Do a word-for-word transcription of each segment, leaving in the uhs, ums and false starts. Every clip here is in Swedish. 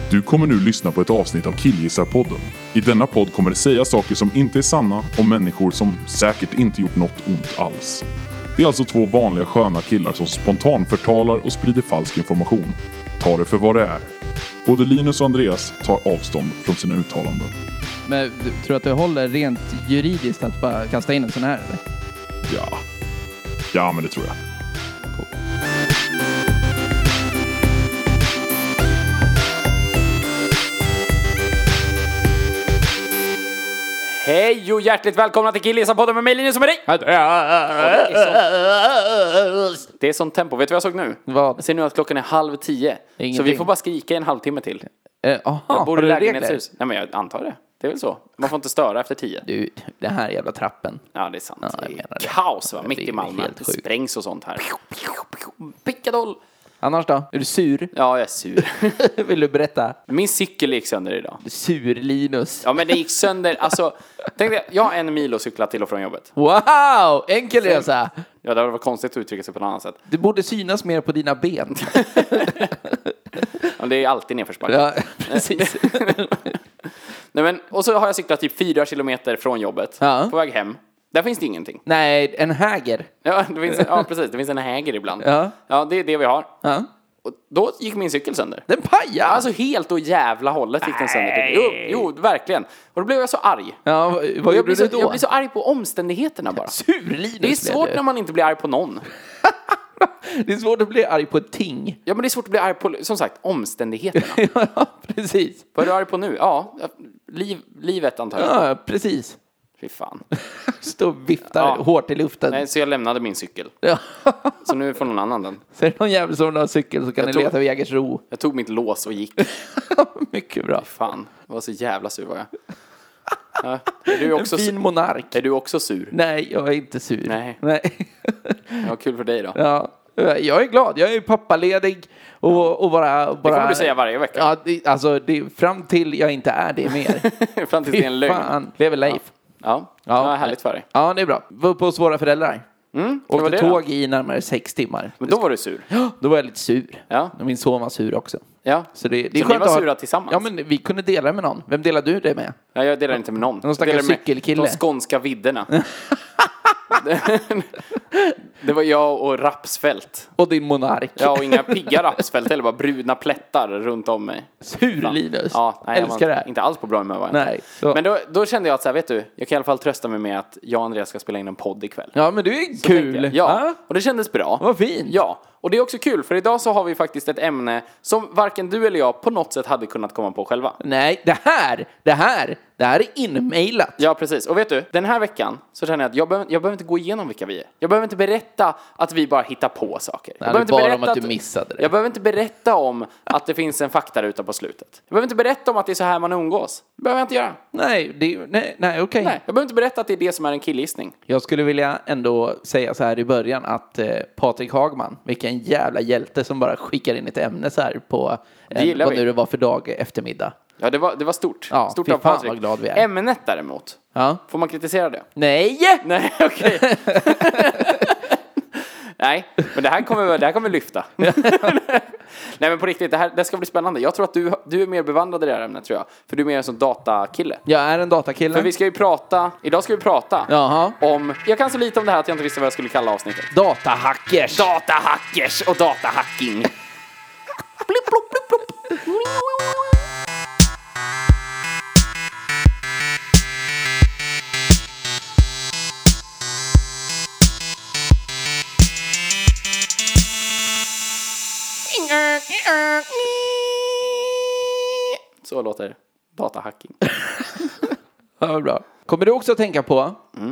Du kommer nu lyssna på ett avsnitt av Killgissarpodden. I denna podd kommer det säga saker som inte är sanna om människor som säkert inte gjort något ont alls. Det är alltså två vanliga sköna killar som spontant förtalar och sprider falsk information. Ta det för vad det är. Både Linus och Andreas tar avstånd från sina uttalanden. Men tror du att det håller rent juridiskt att bara kasta in en sån här, eller? Ja. Ja, men det tror jag. Hej och hjärtligt välkomna till Killgissarpodden med mig, Linus, och med dig. Det är sånt tempo. Vet du vad jag såg nu? Vad? Jag ser nu att klockan är halv tio. Ingenting. Så vi får bara skrika en halvtimme till. Eh, aha, Jag bor har i du regler? lägenhetshus. Nej, men jag antar det. Det är väl så. Man får inte störa efter tio. Du, det här jävla trappen. Ja, det är sant. Ja, jag det är menar det. kaos, va? Ja, Mitt det i är Malmö. helt Det sjukt. sprängs och sånt här. Pickadoll. Annars då? Är du sur? Ja, jag är sur. Vill du berätta? Min cykel gick sönder idag. Sur Linus. Ja, men det gick sönder. Alltså, tänk dig, jag har en mil att cykla till och från jobbet. Wow! Enkel resa. Ja, det var konstigt att uttrycka sig på något annat sätt. Det borde synas mer på dina ben. Ja, det är alltid nedförsbacke. Ja, precis. Nej, men, och så har jag cyklat typ fyra kilometer från jobbet. Ja. På väg hem. Där finns det ingenting. Nej, en häger. Ja, det finns, ja, precis. Det finns en häger ibland. Ja. Ja, det är det vi har. Ja. Och då gick min cykel sönder. Den pajar! Alltså helt och jävla hållet gick den sönder. Typ. Jo, jo, verkligen. Och då blev jag så arg. Ja, vad Och gjorde jag, blir du så, då? jag blir så arg på omständigheterna bara. Sur Linus. Det är blev svårt du. när man inte blir arg på någon. Det är svårt att bli arg på ett ting. Ja, men det är svårt att bli arg på, som sagt, omständigheterna. Ja, precis. Vad är du arg på nu? Ja, liv, livet antar jag. Ja, precis. Fy fan. Stå och viftar Ja. hårt i luften. Nej, så jag lämnade min cykel. Ja. Så nu får någon annan den. Så är det någon jävel som har cykel så kan Jag ni tror- leta vid Jägersro. Jag tog mitt lås och gick. Mycket bra. Fan, jag var så jävla sur var jag. Ja, är du också En fin sur? monark. Är du också sur? Nej, jag är inte sur. Nej. Nej. Ja, kul för dig då. Ja. Jag är glad. Jag är pappaledig och, och bara, bara... Det kommer du säga varje vecka. Ja, det, alltså det, fram till jag inte är det mer. Fram tills det är en lögn. Fan, lever Leif. Ja, Ja. ja, härligt för dig. Ja, det är bra. Var på hos våra föräldrar. Mm, vad var Åkte det då? tåg i närmare sex timmar. Men då var du sur. Då var jag lite sur. Ja. Och min son var sur också. Ja. Så det, det är Så ni skönt var att ha- sura tillsammans? Ja, men vi kunde dela med någon. Vem delar du det med? Ja, jag delar inte med någon. Någon stackars Jag delar med cykelkille. De skånska vidderna. Det var jag och Rapsfält. Och din monark. Ja, och inga pigga Rapsfält eller bara brudna plättar runt om mig. Sur Linus. Ja, nej, jag Älskar var det här. inte alls på bra humör, var jag. Nej. Så. Men då, då kände jag att så här, vet du, jag kan i alla fall trösta mig med att jag och Andreas ska spela in en podd ikväll. Ja, men du är Tänkte kul. jag. Ja, och det kändes bra. Vad fint. Ja, och det är också kul för idag så har vi faktiskt ett ämne som varken du eller jag på något sätt hade kunnat komma på själva. Nej, det här, det här, det här är inmailat. Ja, precis. Och vet du, den här veckan så känner jag att jag behöver, jag behöver inte gå igenom vilka vi är. Jag behöver inte berätta att vi bara hittar på saker. Jag Det behöver är inte bara berätta om att du missade det. Jag behöver inte berätta om att det finns en faktaruta på slutet. Jag behöver inte berätta om att det är så här man umgås. Det behöver jag inte göra. Nej, det, nej, nej okej. Nej, jag behöver inte berätta att det är det som är en killgissning. Jag skulle vilja ändå säga så här i början att eh, Patrik Hagman, vilken jävla hjälte som bara skickar in ett ämne så här på Det en, gillar vad vi. nu det var för dag eftermiddag. Ja, det var, det var stort. Ja, stort fy av fan Patrik. vad glad vi är. Ämnet däremot, Ja. får man kritisera det? Nej! Nej, okej. Nej, men det här kommer, det här kommer lyfta. Nej, men på riktigt, det här det ska bli spännande. Jag tror att du, du är mer bevandrad i det här ämnet, tror jag. För du är mer en sån datakille. Jag är en datakille. För vi ska ju prata, idag ska vi prata Jaha. om, jag kan så lite om det här att jag inte visste vad jag skulle kalla avsnittet. Datahackers. Datahackers och datahacking. Blipp, plopp, blipp, plopp. Så låter datahacking. Ja, vad bra. Kommer du också att tänka på? Mm.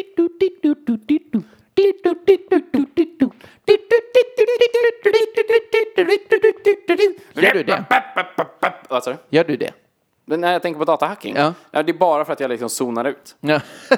Gör du det? Vad sa du? Gör du det? Men när jag tänker på datahacking, Ja. ja, det är bara för att jag liksom zonar ut. Ja.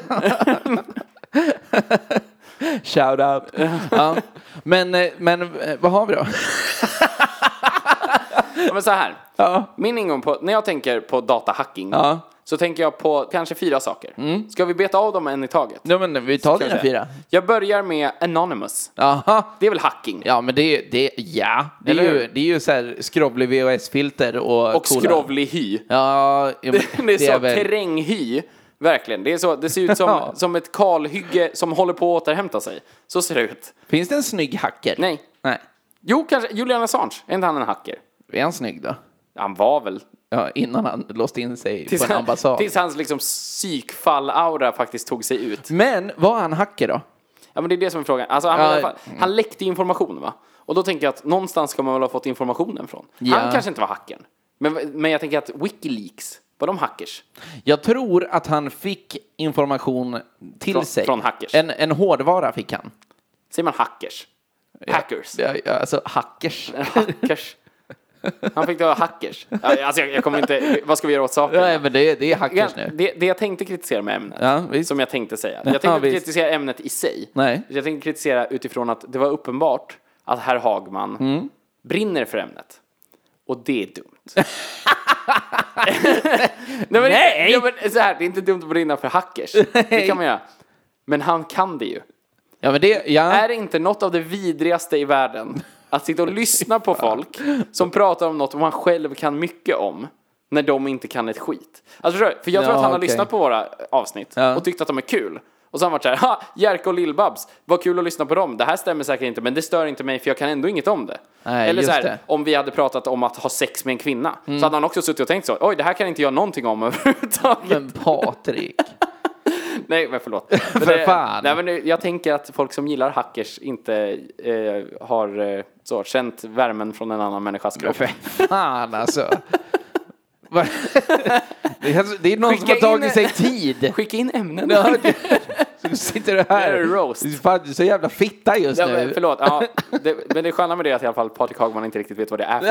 Shout out. Ja. Men, eh, men eh, vad har vi då? Ja, men så här. Ja. Min ingång på, när jag tänker på datahacking, Ja. så tänker jag på kanske fyra saker. Mm. Ska vi beta av dem en i taget? Ja, men vi tar dina fyra. Jag börjar med Anonymous. Aha. Det är väl hacking? Ja, men det, det, ja. det är ju, det är ju så här skrovlig V H S-filter och Och skrovlig hy. Ja, det, det är så, väl... terränghy. Verkligen, det är så, det ser ut som, ja. som ett kalhygge som håller på att återhämta sig. Så ser det ut. Finns det en snygg hacker? Nej. Nej. Jo, kanske Julian Assange. Är inte han en hacker? Är han snygg då? Han var väl. Ja, innan han låste in sig tills på en han, ambassad. Tills hans liksom psykfall-aura faktiskt tog sig ut. Men var han hacker då? Ja, men det är det som är frågan. Alltså, han, ja. i alla fall, han läckte information, va? Och då tänker jag att någonstans ska man väl ha fått informationen från. Ja. Han kanske inte var hacken. Men, men jag tänker att Wikileaks, var de hackers? Jag tror att han fick information till från, sig. Från hackers. En, en hårdvara fick han. Säger man hackers? Hackers. Ja, ja, alltså hackers. Hackers. Han fick det vara hackers. Alltså jag, jag kommer inte... Vad ska vi göra åt saken? Nej, men det, det är hackers ja, nu. Det, det jag tänkte kritisera med ämnet. Ja, som jag tänkte säga. Jag tänkte inte ja, kritisera ämnet i sig. Nej. Jag tänkte kritisera utifrån att det var uppenbart att herr Hagman mm. brinner för ämnet. Och det är dumt. Nej! Men, Nej. Ja, men, så här, det är inte dumt att brinna för hackers. Nej. Det kan man göra. Men han kan det ju. Ja, men det, ja. Är det inte något av det vidrigaste i världen att sitta och lyssna på folk som pratar om något man själv kan mycket om när de inte kan ett skit? Alltså, för jag tror ja, att han har okay. lyssnat på våra avsnitt ja. och tyckt att de är kul. Och så har han varit så här, ha, Jerka och Lill-Babs, vad kul att lyssna på dem. Det här stämmer säkert inte, men det stör inte mig för jag kan ändå inget om det. Nej, eller så här, det. om vi hade pratat om att ha sex med en kvinna mm. så hade han också suttit och tänkt så, oj, det här kan inte jag någonting om överhuvudtaget. Men Patrik... Nej, men förlåt. Men För det, fan. Nej, men jag tänker att folk som gillar hackers inte eh, har eh, så, känt värmen från en annan människas kropp. För fan alltså. det, är, det är någon Skicka som har tagit in, sig tid. Skicka in ämnen. Ja, så sitter du här. Det är roast. Fan, du är så jävla fitta just ja, nu. Men, förlåt. Ja, det, men det sköna med det är att i alla fall Patrik Hagman inte riktigt vet vad det är för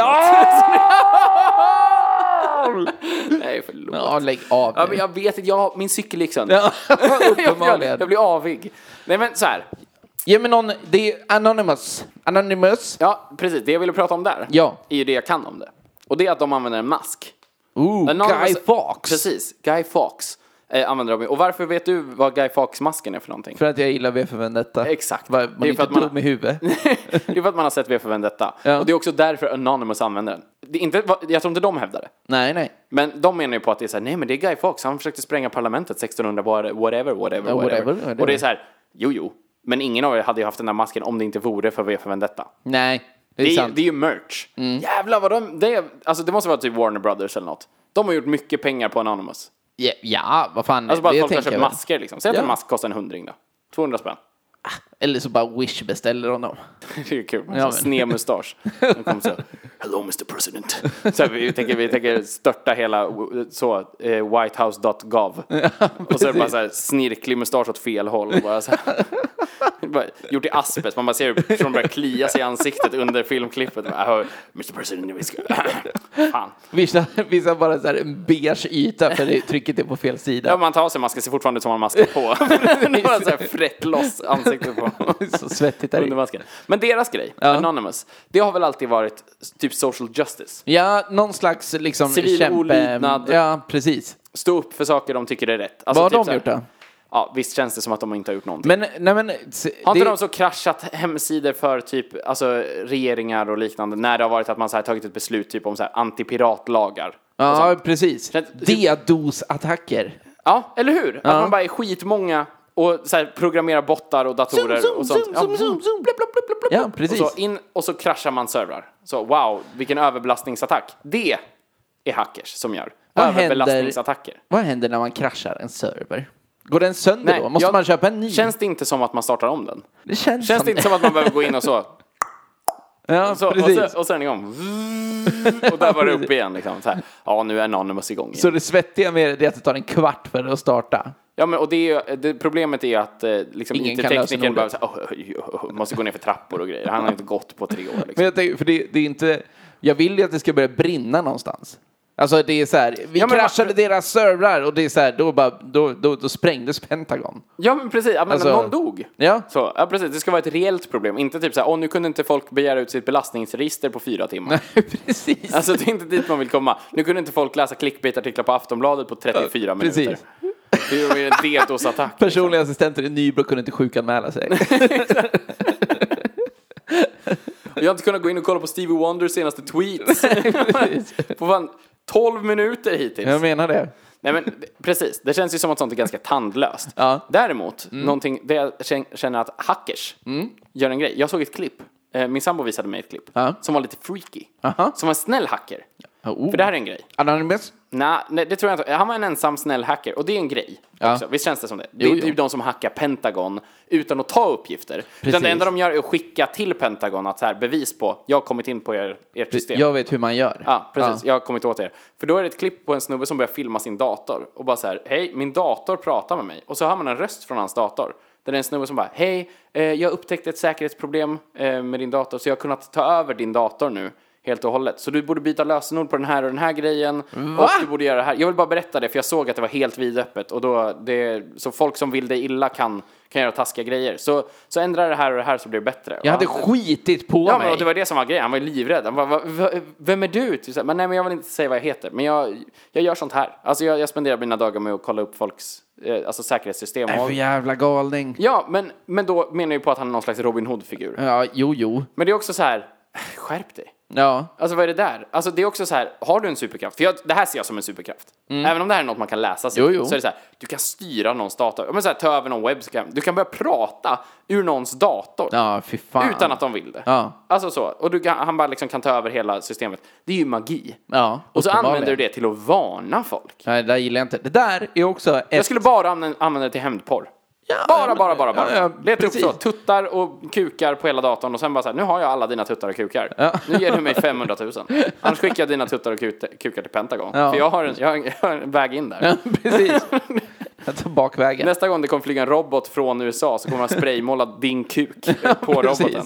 något. Nej, förlåt. Ja, lägg av. Ja, men jag vet inte, jag, min cykel gick sönder. Ja, jag, jag, jag blir avig. Nej, men så här. Ge mig någon, det är Anonymous. Anonymous. Ja, precis. Det jag ville prata om där ja. är ju det jag kan om det. Och det är att de använder en mask. Ooh, Guy Fawkes. Precis, Guy Fawkes eh, använder de. Och varför vet du vad Guy Fawkes-masken är för någonting? För att jag gillar V för Vendetta. Exakt. Var, man det är inte för att man dum i huvudet. Det är för att man har sett V för Vendetta. Ja. Och det är också därför Anonymous använder den. Det är inte, jag tror inte de hävdar det. Nej, nej. Men de menar ju på att det är så här, nej men det är Guy Fawkes. Han försökte spränga parlamentet sextonhundra, whatever, whatever, whatever. whatever, whatever. Och det är så här, jo jo. Men ingen av er hade ju haft den där masken om det inte vore för V för Vendetta. Nej, det är, det är, sant. Det är ju merch. Mm. Jävlar vad de... Det, är, alltså det måste vara typ Warner Brothers eller något. De har gjort mycket pengar på Anonymous. Ja, ja vad fan. Alltså bara det att folk har köpt väl. masker liksom. Säg att ja. en mask kostar en hundring då. tvåhundra spänn. Eller så bara Wish beställer honom. Det är kul. Ja, Sned-mustasch. De kommer så här, hello mister President. Så här, vi, tänker, vi tänker störta hela så, eh, whitehouse dot gov. Ja, och så är det bara så här snirklig mustasch åt fel håll. Och bara så här, bara, gjort i asbest. Man bara ser hur personen börjar klia sig i ansiktet under filmklippet. Bara, mister President, vi ska... Fan. Vissa, vissa bara så här en beige yta för det trycket är på fel sida. Ja, man tar sig masken, ser fortfarande ut som man maskar på. Det är bara så här frätt loss ansiktet på. Så svettigt där under masken. Men deras grej, ja. Anonymous, det har väl alltid varit typ social justice. Ja, någon slags liksom civil kämpe... olydnad. Ja, precis. Stå upp för saker de tycker är rätt. Alltså, vad har typ de gjort då? Ja, visst känns det som att de inte har gjort någonting. Men, nej men... Har det... inte de så kraschat hemsidor för typ, alltså regeringar och liknande, när det har varit att man så här tagit ett beslut typ om så här antipiratlagar? Ja, precis. Typ... DDoS-attacker. Ja, eller hur? Ja. Att man bara är skitmånga och så här programmerar bottar och datorer zoom, zoom, och sånt. Zoom, zoom, zoom, zoom. Blip, blip, blip, blip. Ja, precis. Och så, in, och så kraschar man servrar. Så wow, vilken överbelastningsattack. Det är hackers som gör. Vad överbelastningsattacker. Händer, vad händer när man kraschar en server? Går den sönder Nej, då? Måste jag, man köpa en ny? Känns det inte som att man startar om den? Det känns känns som det inte som att man behöver gå in och så... Ja, och, så, precis. och, så, och sen igång. Och där var det upp igen. Liksom, så här. Ja, nu är Anonymous igång igen. Så det svettiga med det är att det tar en kvart för att starta? Ja, men och det är, det, problemet är att eh, liksom, Ingen inte tekniken bara så här, oh, oh, oh, måste gå ner för trappor och grejer. Han har inte gått på tre år. Liksom. Men jag tänker, för det, det är inte... Jag vill ju att det ska börja brinna någonstans. Alltså det är så här, vi Ja, men kraschade va- deras servrar och det är så här, då, bara, då, då, då sprängdes Pentagon. Ja, men precis. Ja, men Alltså- någon dog. Ja. Så, ja, precis. Det ska vara ett reellt problem. Inte typ så här, åh, nu kunde inte folk begära ut sitt belastningsregister på fyra timmar. Precis. Alltså, det är inte dit man vill komma. Nu kunde inte folk läsa clickbait-artiklar på Aftonbladet på trettiofyra minuter. Precis. Det är ju en DDoS-attack. Personliga assistenter i Nybro kunde inte sjukanmäla sig. Jag har inte kunnat gå in och kolla på Stevie Wonders senaste tweets. På fan tolv minuter hittills. Jag menar det. Nej, men precis, det känns ju som att sånt är ganska tandlöst. Ja. Däremot, mm. någonting, det jag känner att hackers Mm. gör en grej. Jag såg ett klipp, eh, min sambo visade mig ett klipp, Ja. som var lite freaky. Aha. Som var en snäll hacker. Oh. För det här är en grej. Anonymous? Nej, nej, det tror jag inte. Han var en ensam snäll hacker, och det är en grej Ja. också. Visst känns det som det? Jo, Det är jo. typ de som hackar Pentagon utan att ta uppgifter. Utan det enda de gör är att skicka till Pentagon att så här, bevis på, jag har kommit in på er, ert system. Jag vet hur man gör. Ja, precis. Jag har kommit åt er. För då är det ett klipp på en snubbe som börjar filma sin dator. Och bara så här, hej, min dator pratar med mig. Och så hör man en röst från hans dator. Där det är en snubbe som bara, hej, eh, jag upptäckte ett säkerhetsproblem eh, med din dator. Så jag har kunnat ta över din dator nu. Helt och hållet. Så du borde byta lösenord på den här och den här grejen. Va? Och du borde göra det här. Jag vill bara berätta det, för jag såg att det var helt vidöppet. Och då, det, så folk som vill dig illa kan, kan göra taskiga grejer. Så, så ändra det här och det här så blir det bättre. Jag hade Och han- skitit på Ja, mig. men det var det som var grejen. Han var ju livrädd. Han bara, va, va, vem är du? Typ så här, men nej, men jag vill inte säga vad jag heter. Men jag, jag gör sånt här. Alltså jag, jag spenderar mina dagar med att kolla upp folks eh, alltså säkerhetssystem. Nej, Och, för jävla galning. ja, men, men då menar jag ju på att han är någon slags Robin Hood-figur. Ja, jo, jo. Men det är också så här, skärp dig. Ja. Alltså vad är det där? Alltså det är också så här, har du en superkraft? För jag, det här ser jag som en superkraft. Även om det här är något man kan läsa sig, Jo, jo. så är det så här, du kan styra någons dator. Men så här, ta över någon webcam. Du kan börja prata ur någons dator. Ja, fy fan. Utan att de vill det. Ja. Alltså så. Och du kan, han bara liksom kan ta över hela systemet. Det är ju magi. Ja, Och så uppenbarligen. använder du det till att varna folk. Nej, det där gillar jag inte. Det där är också ett... Jag skulle bara använda, använda det till hämndporr. Ja, Bara, men- bara, bara, bara. Ja, ja, Leta upp precis. så, tuttar och kukar på hela datorn och sen bara så här, nu har jag alla dina tuttar och kukar. Ja. Nu ger du mig femhundratusen. Annars skickar jag dina tuttar och kut- kukar till Pentagon. Ja. För jag har, en, jag, har en, jag har en väg in där. Ja, precis. Jag tar bakvägen. Nästa gång det kommer flyga en robot från U S A så kommer man spraymåla din kuk på precis. roboten.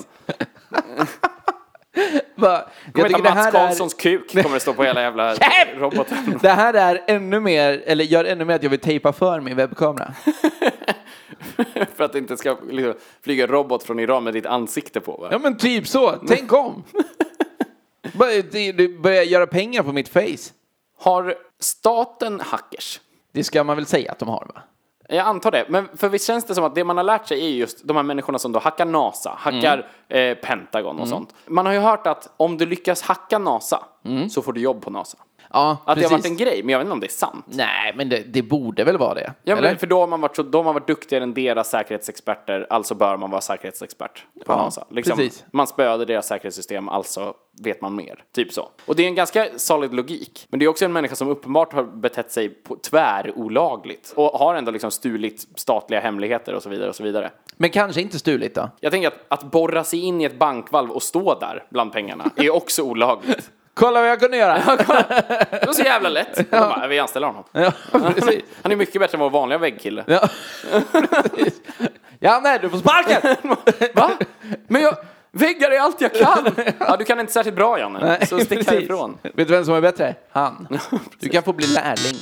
Va? Jag Jag tycker det det Mats här Karlssons kuk kommer det stå på hela jävla roboten. är... Det här är ännu mer, eller gör ännu mer att jag vill tejpa för min webbkamera. För att det inte ska liksom, flyga en robot från Iran med ditt ansikte på, va? Ja, men typ så. Tänk om. Börja- det- det Börja göra pengar på mitt face. Har staten hackers? Det ska man väl säga att de har, va? Jag antar det, men för visst känns det som att det man har lärt sig är just de här människorna som då hackar NASA, hackar Mm. eh, Pentagon och sånt. Man har ju hört att om du lyckas hacka NASA så får du jobb på NASA. Ja, Att det har varit precis. en grej, men jag vet inte om det är sant. Nej, men det, det borde väl vara det. Ja, eller? men för då har man varit så, då har man varit duktigare än deras säkerhetsexperter, alltså bör man vara säkerhetsexpert på Ja, NASA. Liksom, precis. man spöade deras säkerhetssystem, alltså vet man mer. Typ så. Och det är en ganska solid logik. Men det är också en människa som uppenbart har betett sig på tvärolagligt och har ändå liksom stulit statliga hemligheter och så vidare och så vidare. Men kanske inte stulit då? Jag tänker att, att borra sig in i ett bankvalv och stå där bland pengarna är också olagligt. Kolla vad jag kunde göra! Det var så jävla lätt. Jag bara, vi anställer honom. Ja, precis. Han är mycket bättre än vår vanliga väggkille. Ja, precis. Ja, nej, du får sparken! Va? Men jag... Väggar är allt jag kan! Ja, du kan inte särskilt bra, Janne. Nej, Så stick precis. härifrån. Vet du vem som är bättre? Han. Du kan få bli lärling.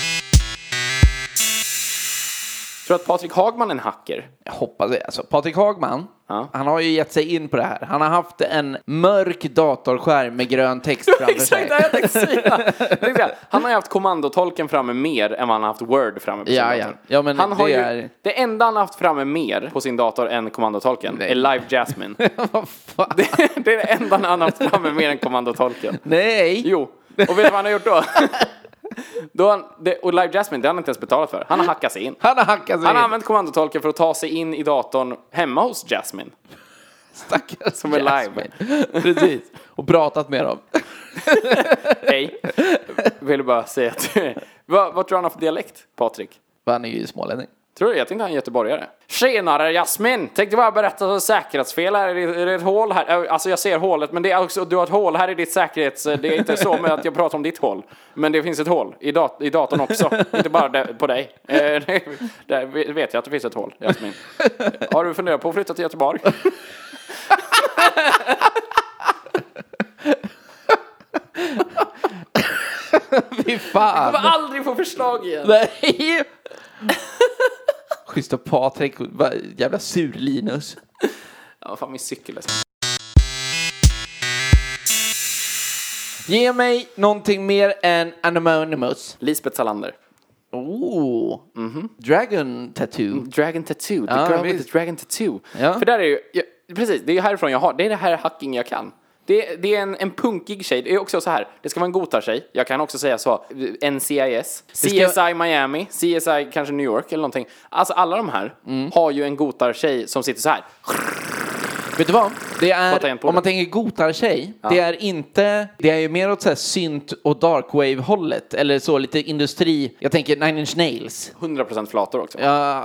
Tror du att Patrik Hagman är en hacker? Jag hoppas det. Alltså, Patrik Hagman, Ja. han har ju gett sig in på det här. Han har haft en mörk datorskärm med grön text framför sig. Exakt, det har jag tänkte säga. Jag tänkte säga. Han har ju haft kommandotolken framme mer än vad han har haft Word framme på sin Ja, dator. ja. Ja, men han har det ju, är- det enda han har haft framme mer på sin dator än kommandotolken Nej. är Live Jasmine. Vad fan? det, det är det enda han har haft framme mer än kommandotolken. Nej! Jo, och vet du vad han har gjort då? då han, det, och Live Jasmine, det har han inte ens betalat för. Han har hackat sig in. Han har hackat sig Han har in. använt kommandotolken för att ta sig in i datorn hemma hos Jasmine. Stackars Som är Jasmine. Precis. Och pratat med dem. Hej. Vill bara säga att... vad, vad tror han har för dialekt, Patrik? Han är ju smålänning. Tror du? Jag tänkte han är göteborgare. Tjenare Jasmin! Tänkte bara berätta om säkerhetsfel här. Är det ett hål här? Alltså jag ser hålet, men det är också, du har ett hål här i ditt säkerhets... Det är inte så med att jag pratar om ditt hål. Men det finns ett hål i, dat- i datorn också. Inte bara där, på dig. Eh, där vet jag att det finns ett hål, Jasmin. Har du funderat på att flytta till Göteborg? fy fan. Jag kommer aldrig få förslag igen. Nej. Schyssta Patrik. Jävla sur Linus. Ja, fan min cykel är så. Ge mig någonting mer än Anonymous. Lisbeth Salander. Oh. Mm-hmm. Dragon Tattoo. Dragon Tattoo. The Ja, girl visst. with the dragon tattoo. Ja. För där är ju, ja, precis, det är härifrån jag har. Det är det här hacking jag kan. Det, det är en, en punkig tjej. Det är också så här. Det ska vara en gotar-tjej. Jag kan också säga så. N C I S. ska- C S I Miami. C S I kanske New York eller någonting. Alltså alla de här Mm. har ju en gotar-tjej som sitter så här. Vet du vad? Det På är, tangentbordet. om man tänker gotar-tjej, det är inte, det är ju mer åt så här synt och darkwave-hållet. Eller så lite industri. Jag tänker Nine Inch Nails. hundra procent flator också.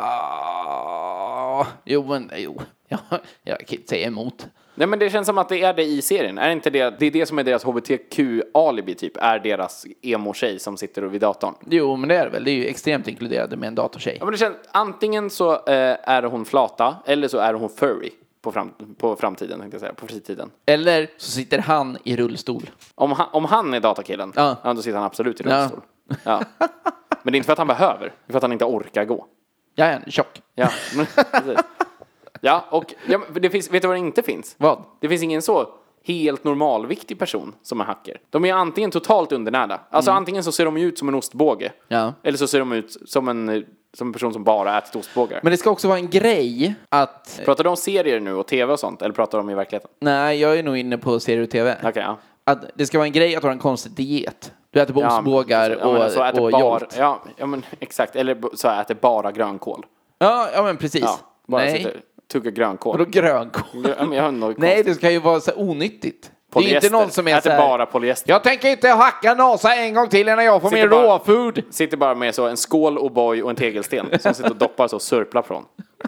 Ja, jo men, jo. Ja, jag kan inte säga emot. Nej, men det känns som att det är det i serien. Är inte det, det är det som är deras H B T Q-alibi typ. Är deras emo-tjej som sitter vid datorn. Jo, men det är det väl. Det är ju extremt inkluderade med en datortjej. Ja, men det känns, antingen så eh, är hon flata eller så är hon furry på, fram, på framtiden, tänkte jag säga, på fritiden. Eller så sitter han i rullstol. Om han, om han är datakillen, Ja. ja, då sitter han absolut i Ja. rullstol. Ja. Men det är inte för att han behöver, det är för att han inte orkar gå. Ja, han är tjock. Ja, men, precis. Ja, och ja, men det finns, vet du vad det inte finns? Vad? Det finns ingen så helt normalviktig person som är hacker. De är antingen totalt undernärda. Alltså antingen så ser de ut som en ostbåge. Ja. Eller så ser de ut som en, som en person som bara äter ostbågar. Men det ska också vara en grej att... Pratar du om serier nu och tv och sånt? Eller pratar du om i verkligheten? Nej, jag är nog inne på serie och tv. Okej, ja. Att det ska vara en grej att ha en konstig diet. Du äter bara ostbågar ja, men och, så äter och bara, jolt. ja, ja, men exakt. Eller b- så äter bara grönkål. Ja, ja, men precis. Ja, bara Nej, sitter, tuggar grönkål. vadå grönkål? Ja, men jag har något Nej, konstigt. det ska ju vara så här onyttigt. Det är Polyester. inte någon som är så Äter här, bara polyester. jag tänker inte hacka NASA en gång till innan jag får Sitter min bara- råfood. Sitter bara med så en skål, O'boy och en tegelsten. Som sitter och doppar så och sörplar från.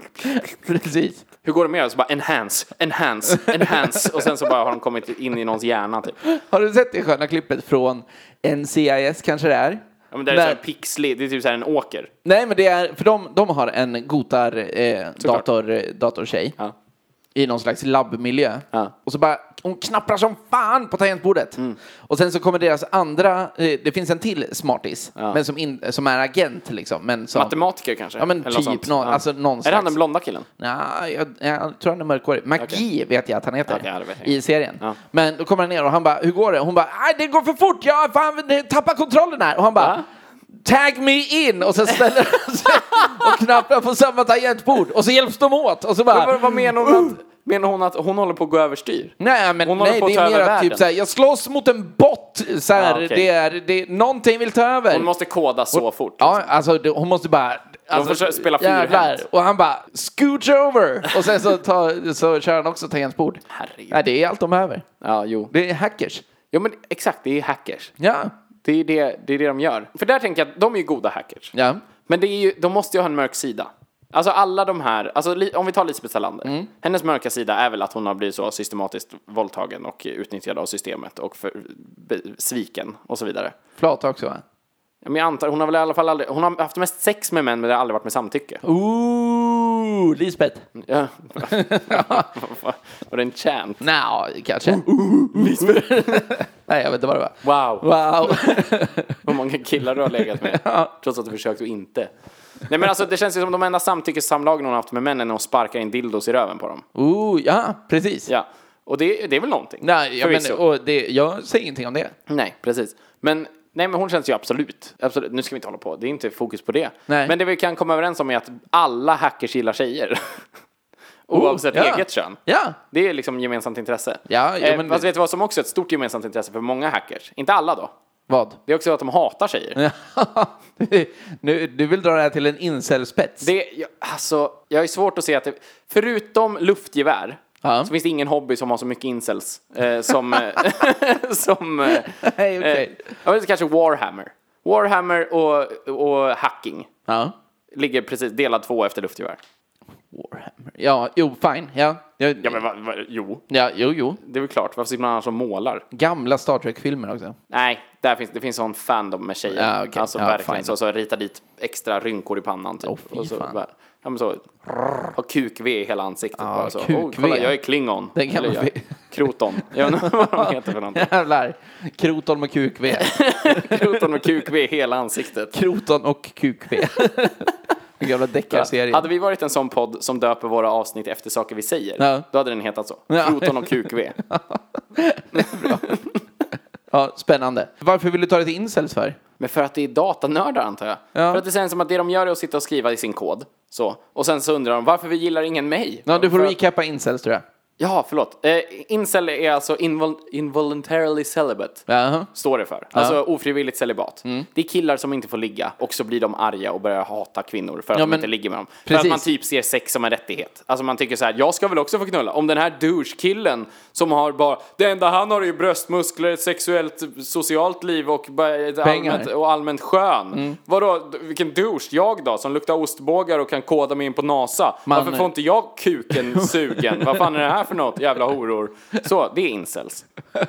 Precis. Hur går det med? Så bara enhance, enhance, enhance. Och sen så bara har de kommit in i någons hjärna typ. Har du sett det sköna klippet från N C I S kanske det är? Ja, men det är När- så här pixlig, det är typ så här en åker. Nej, men det är, för de, de har en gotar eh, Såklart. dator, datortjej Ja. i någon slags labbmiljö. Ja. Och så bara, hon knapprar som fan på tangentbordet. Mm. Och sen så kommer deras andra, eh, det finns en till smartis, Ja. men som, in, som är agent liksom. Men som, Matematiker kanske? ja men Eller något typ, sånt. någon, Ja. alltså någon Är slags. det han den blonda killen? Nej, jag, jag tror han är mörkhårig. McGee Okej. vet jag att han heter Okej, ja, det vet jag. i serien. Ja. Men då kommer han ner och han bara, hur går det? Hon bara, nej det går för fort, jag fan, det tappar kontrollen här. Och han bara, Ja. tag me in! Och sen ställer han sig och knappar på samma tangentbord. Och så hjälps de åt. Och så bara, Men vad, vad menar hon att, menar hon att hon håller på att gå överstyr? nej men Hon håller nej, på att det ta är mer över att typ världen. såhär, jag slåss mot en bot. Såhär, Ja, okej. det är, det är, någonting vill ta över. Hon måste koda så fort. Ja, alltså det, hon måste bara... Alltså, får spela jävlar. fyrhänt. Och han bara, scooch over! Och sen så, tar, så kör han också tangentbord. Herregud. Nej, det är allt de behöver. Ja, jo. Det är hackers. Jo, men exakt, det är hackers. Ja. Det är det, det är det de gör. För där tänker jag att de är ju goda hackers. Ja. Men det är ju, de måste ju ha en mörk sida. Alltså alla de här, alltså li- om vi tar Lisbeth Salander. Mm. Hennes mörka sida är väl att hon har blivit så systematiskt våldtagen och utnyttjad av systemet och för, be, sviken och så vidare. Flata också va? Ja, men jag antar, hon har väl i alla fall aldrig, hon har haft mest sex med män men det har aldrig varit med samtycke. Ooh, Lisbeth. Ja. Var det en chant? Nej, kanske. Nej, jag vet inte vad det var. Wow. Wow. Hur många killar du har legat med. Trots att du försökt att inte. Nej men alltså det känns ju som de enda samtyckessamlagen hon har haft med männen är att sparka in dildos i röven på dem. Ooh, ja, precis. Ja. Och det, det är väl någonting. Nej, ja, men, Förvisso. och det, jag säger ingenting om det. Nej, precis. Men, nej, men hon känns ju absolut, absolut. Nu ska vi inte hålla på. Det är inte fokus på det. Nej. Men det vi kan komma överens om är att alla hackers gillar tjejer. Oavsett ja. eget kön. Ja. Det är liksom gemensamt intresse. Ja, ja, eh, men- fast vet du vad som också är ett stort gemensamt intresse för många hackers? Inte alla då. Vad? Det är också att de hatar tjejer. nu, du vill dra det här till en incel-spets. Det, jag, alltså, jag är svårt att se att det, förutom luftgevär, Ja. så finns det ingen hobby som har så mycket incels eh, som, eh, som eh, Nej, okej. eh, jag vet inte, kanske Warhammer. Warhammer och, och hacking Ja. ligger precis delad två efter luftgevär. Warhammer. Ja, jo, fine. Ja, jag, Ja, men va, va, jo. ja, jo, jo. Det är väl klart. Varför sitter man annars som målar? Gamla Star Trek-filmer också. Nej, där finns, det finns sån fandom med tjejer. Ja, okay. Alltså ja, verkligen. fine. Så, så rita dit extra rynkor i pannan typ. Åh, fy och så, fan. bara, ja, men så, ha kuk-V i hela ansiktet. Ja, bara så. kuk-V. Oh, kolla, jag är Klingon. Det kan Eller man- jag, Kroton. Jag vet inte vad de heter för någonting. Jävlar. Kroton med kuk-V. Kroton med kuk-V i hela ansiktet. Kroton och kuk-V. En gamla deckarserie. Hade vi varit en sån podd som döper våra avsnitt efter saker vi säger, Ja. då hade den hetat så. Ja. Kroton och kuk-V. Ja, spännande. Varför vill du ta det till incels för? Men för att det är datanördar antar jag. Ja. För att det känns som att det de gör är att sitta och skriva i sin kod. Så. Och sen så undrar de, varför vi gillar ingen mig? Ja, du får För- recappa incels, tror jag. Ja, förlåt. Eh, incel är alltså invol- involuntarily celibate. Jaha. Står det för. Alltså ofrivilligt celibat. Det är killar som inte får ligga och så blir de arga och börjar hata kvinnor för att Ja, de men- inte ligger med dem. För precis. att man typ ser sex som en rättighet. Alltså man tycker så här, jag ska väl också få knulla. Om den här douche-killen som har bara, det enda han har är ju bröstmuskler, ett sexuellt, socialt liv och, bara ett Pengar. allmänt, och allmänt skön. Mm. Vadå, vilken douche? Jag då, som luktar ostbågar och kan koda mig in på NASA. Man- Varför får inte jag kuken sugen? Vad fan är det här för något? Jävla horor. Så, det är incels.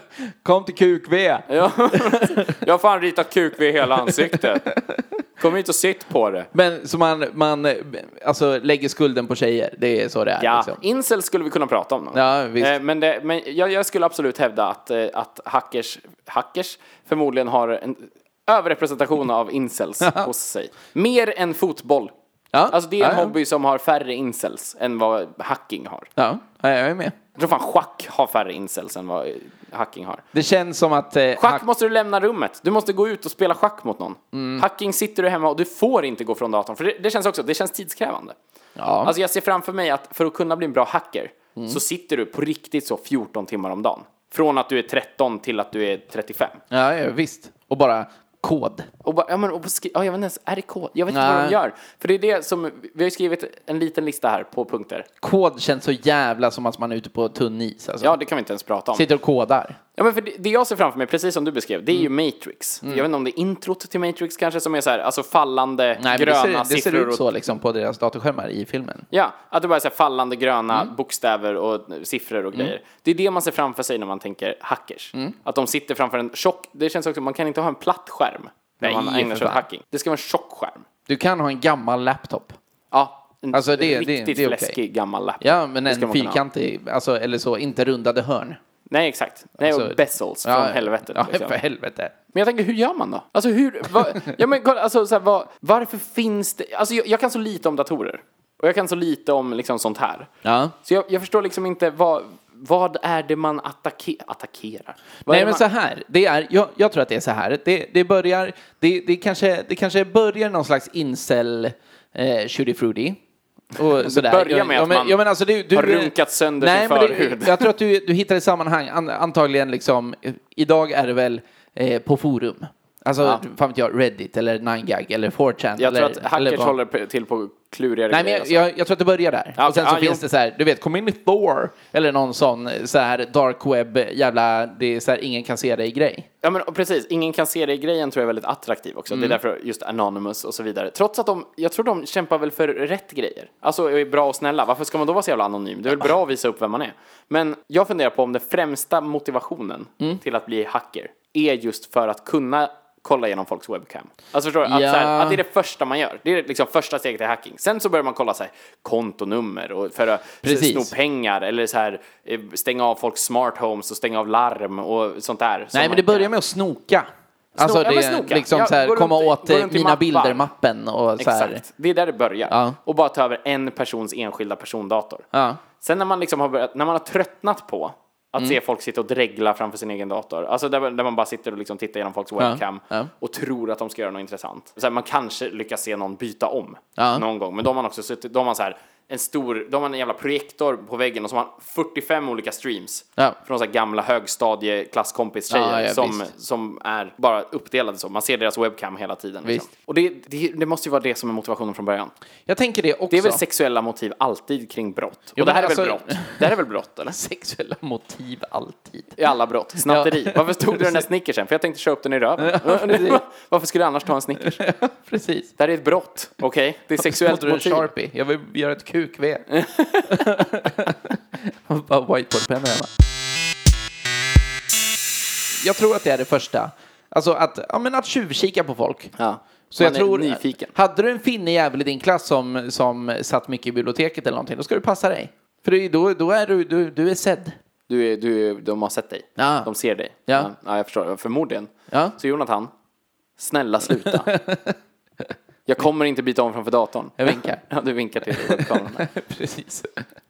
Kom till kuk-V. Ja. Jag har fan ritat kuk vid hela ansiktet. Kom hit och sitt på det. Men så man, man alltså, lägger skulden på tjejer. Det är så det är. Ja, Liksom. incels skulle vi kunna prata om. Ja, visst. Eh, men det, men jag, jag skulle absolut hävda att, eh, att hackers, hackers förmodligen har en överrepresentation av incels hos sig. Mer än fotboll. Ja. Alltså det är en Ja, ja. hobby som har färre incels än vad hacking har. Ja, jag är med. Jag tror fan schack har färre incels än vad hacking har. Det känns som att... Eh, Schack hack- måste du lämna rummet. Du måste gå ut och spela schack mot någon. Mm. Hacking sitter du hemma och du får inte gå från datorn. För det, det känns också, det känns tidskrävande. Ja. Alltså jag ser framför mig att för att kunna bli en bra hacker Mm. så sitter du på riktigt så fjorton timmar om dagen. Från att du är tretton till att du är trettiofem. Ja, ja, visst. Och bara kod. Och bara, ja men, och skri- ja, jag vet inte ens, är det kod? Jag vet inte Nej. vad de gör. För det är det som, vi har ju skrivit en liten lista här på punkter. Kod känns så jävla som att man är ute på tunn is. Alltså. Ja, det kan vi inte ens prata om. Sitter och kodar. Ja, men för det, det jag ser framför mig, precis som du beskrev, det är Mm. ju Matrix. Jag vet inte om det är introt till Matrix kanske, som är så här, alltså fallande Nej, men gröna det ser, det ser siffror. ut och, så liksom på deras datorskärmar i filmen. Ja, att det bara är så här fallande gröna Mm. bokstäver och siffror och grejer. Det är det man ser framför sig när man tänker hackers. Mm. Att de sitter framför en tjock, det känns också, man kan inte ha en platt skärm när Nej, man ägnar för sig åt fan. hacking. Det ska vara en tjock skärm. Du kan ha en gammal laptop. Ja, en Alltså, det- det- riktigt det är okej. fläskig gammal laptop. Ja, men Det ska en man kunna ha. fyrkantig, alltså, eller så, inte rundade hörn. Nej, exakt. Nej, Alltså, och bezels från helvetet. Ja, liksom. för helvete. Men jag tänker, hur gör man då? Alltså hur, va, ja men kolla, alltså så här, vad, varför finns det, alltså jag, jag kan så lite om datorer. Och jag kan så lite om liksom sånt här. Ja. Så jag, jag förstår liksom inte vad, vad är det man attacke, attackerar? Vad Nej, är men det så man, här. Det är, jag, jag tror att det är så här. Det, det börjar, det, det, kanske, det kanske börjar någon slags incel eh, shooty fruity. Och sådär. börjar med ja, att men, man ja, men alltså, du, du, har runkat sönder nej, sin men det, förhud. Jag tror att du, du hittar ett sammanhang. An, antagligen liksom, eh, idag är det väl eh, på forum. Alltså, Ja. fan vet jag, Reddit eller nine gag eller four chan. jag eller, tror att hackers eller vad- håller p- till på klurigare Nej, men grejer jag, alltså. jag, jag tror att det börjar där. Ja, och sen så okej. Ja, finns jo. det så här, du vet, kom in i Thor eller någon sån så här dark web jävla, det är så här, ingen kan se dig grej. Ja men och precis, ingen kan se det i grejen tror jag är väldigt attraktiv också. Mm. Det är därför just Anonymous och så vidare. Trots att de, jag tror de kämpar väl för rätt grejer. Alltså är bra och snälla. Varför ska man då vara så jävla anonym? Det är väl bra att visa upp vem man är. Men jag funderar på om den främsta motivationen Mm. till att bli hacker är just för att kunna kolla igenom folks webcam. Alltså förstår du? Att, Ja. så här, att det är det första man gör. Det är liksom första steget i hacking. Sen så börjar man kolla så här, kontonummer och för att Precis. sno pengar eller så här, eh, stänga av folks smart homes och stänga av larm och sånt där. som Nej, man men det börjar kan- med att snoka. Alltså ja, det men är snoka. liksom Ja, så här, gå komma runt i- åt gå eh, runt i mina mappar. bilder-mappen och så här. Exakt, det är där det börjar. Ja. Och bara ta över en persons enskilda persondator. Ja. Sen när man liksom har börjat, när man har tröttnat på att Mm. se folk sitta och dregla framför sin egen dator. Alltså där, där man bara sitter och liksom tittar genom folks webcam ja. och tror att de ska göra något intressant. Så här, man kanske lyckas se någon byta om Ja. någon gång. Men då har man också suttit, då har man så här en stor, då har man en jävla projektor på väggen och så har man fyrtiofem olika streams Ja. från så här gamla högstadieklasskompistjejer Ja, ja, som, visst. som är bara uppdelade så. Man ser deras webcam hela tiden. Liksom. Visst. Och det, det, det måste ju vara det som är motivationen från början. Jag tänker det också. Det är väl sexuella motiv alltid kring brott. Jo, och det här men är väl alltså- brott? Det här är väl brott eller? Sexuella motiv alltid. I alla brott. Snatteri. Varför stod det den där snickersen? För jag tänkte köpa upp den i röven. Varför skulle jag annars ta en snickers? Precis. Det här är ett brott, okej? Det är sexuellt Motiv. En motiv. Sharpie. Jag vill göra ett kuk krukved. Bara whiteboardpenna hemma. Jag tror att det är det första. Alltså att, ja, men att tjuvkika på folk. Ja. Så jag tror, nyfiken. Hade du en finne jävel i din klass som, som satt mycket i biblioteket eller någonting, då ska du passa dig. För det, då, då är du, du, du är sedd. Du är, du, de har sett dig. Ja. De ser dig. Ja. Ja, ja jag förstår. Förmodligen. Ja. Så Jonathan, snälla sluta. Jag kommer inte byta om framför datorn. Jag vinkar. Ja, du vinkar till kameran. Precis.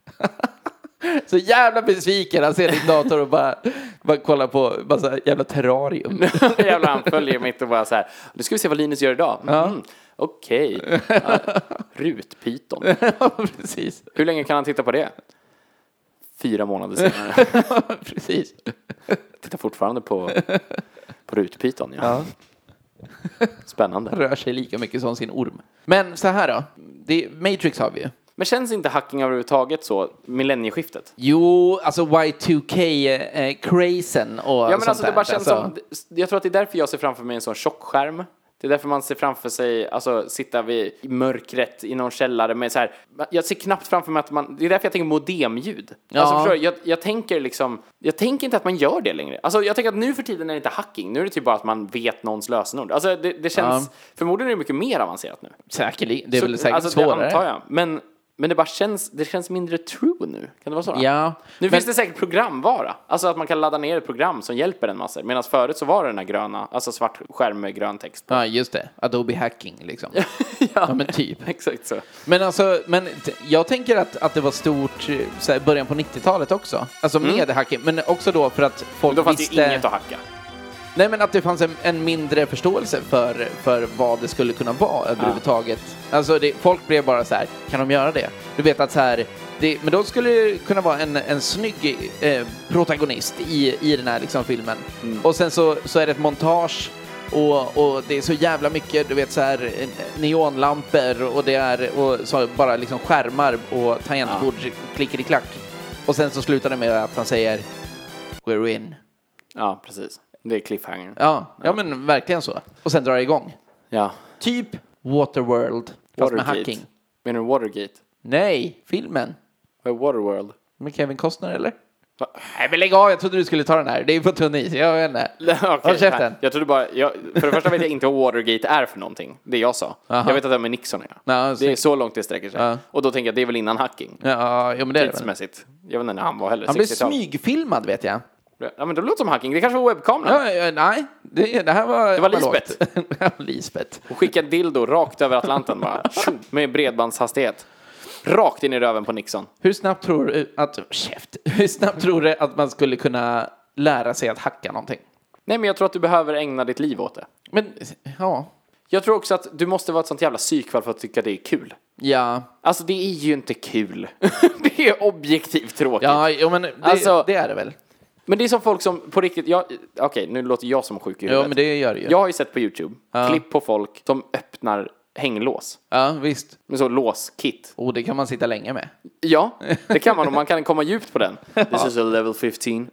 Så jävla besviken. Han ser din dator och bara, bara kollar på massa jävla terrarium. Jävlar, han följer mitt och bara så här. Nu ska vi se vad Linus gör idag. Mm, Ja. Okej. Okay. Ja, Rutpyton. Ja, precis. Hur länge kan han titta på det? Fyra månader senare. Precis. Tittar fortfarande på, på Rutpyton. Ja. Ja. Spännande. Rör sig lika mycket som sin orm. Men så här då. Det, Matrix har vi ju. Men känns inte hacking överhuvudtaget så millennieskiftet? Jo, alltså Y two K-crazen och Ja, men sånt alltså det där. bara känns alltså, som, jag tror att det är därför jag ser framför mig en sån tjockskärm. Det är därför man ser framför sig, alltså sitta vid i mörkret i någon källare med så här, jag ser knappt framför mig att man, det är därför jag tänker modemljud. Ja. Alltså förstår du, jag, jag tänker liksom, jag tänker inte att man gör det längre. Alltså jag tänker att nu för tiden är det inte hacking, nu är det typ bara att man vet någons lösenord. Alltså det, det känns, Ja. förmodligen är det mycket mer avancerat nu. Säkerligen, det är Så, väl säkert alltså, svårare. Det antar jag, men... Men det bara känns, det känns mindre true nu. Kan det vara så? Ja. Nu men, finns det säkert programvara. Alltså att man kan ladda ner ett program som hjälper en massa. Medan förut så var det den här gröna, alltså svart skärm med grön text. Ja, just det. Adobe hacking liksom. ja. Ja, men typ. Exakt så. Men alltså, men t- jag tänker att, att det var stort eh, så här, början på nittiotalet också. Alltså med hacking. Men också då för att folk Då fanns visste... ju inget att hacka. Nej, men att det fanns en, en mindre förståelse för, för vad det skulle kunna vara överhuvudtaget. Alltså det, folk blev bara så här, kan de göra det? Du vet att så här, det, men då skulle det kunna vara en, en snygg eh, protagonist i, i den här liksom, filmen. Mm. Och sen så, så är det ett montage och, och det är så jävla mycket, du vet så här eh, neonlampor och det är och så bara liksom skärmar och tangentbord ja. klickar i klack. Och sen så slutar det med att han säger we're in. Ja, precis. Det är cliffhanger. Ja, ja, men verkligen så. Och sen drar det igång. Ja. Typ Waterworld, fast med hacking. Menar du Watergate? Nej, filmen. Vad är Waterworld? Med Kevin Costner, eller? Va? Nej, men lägg av, jag trodde du skulle ta den här. Det är på tunn is, jag vet inte. Okay, håll käften. Jag trodde bara, jag, för det första vet jag inte vad Watergate är för någonting. Det jag sa. Aha. Jag vet att det är med Nixon. Ja. Ja, det är så långt det sträcker sig. Ja. Och då tänker jag att det är väl innan hacking. Ja, ja men det är det väl. Tidsmässigt. Jag vet inte när han var heller. Han blev sextiotal. smygfilmad, vet jag. Ja, men det låter som hacking. Det kanske var webbkameran. Ja, ja, nej, det, det här var... Det var Lisbeth. Det var Lisbeth. Och skicka en dildo rakt över Atlanten bara. Med bredbandshastighet. Rakt in i röven på Nixon. Hur snabbt tror du att... Käft. Hur snabbt tror du att man skulle kunna lära sig att hacka någonting? Nej, men jag tror att du behöver ägna ditt liv åt det. Men, ja... Jag tror också att du måste vara ett sånt jävla psykfall för att tycka det är kul. Ja. Alltså det är ju inte kul. Det är objektivt tråkigt. Ja, jo, men det, Alltså- det är det väl. Men det är som folk som på riktigt, jag, okej, nu låter jag som sjuk i huvudet. Ja, men det gör det ju. Jag har ju sett på YouTube Ja. klipp på folk som öppnar hänglås. Ja, visst. Med så låskit. Och det kan man sitta länge med. Ja, det kan man och man kan komma djupt på den. This is a level fifteen.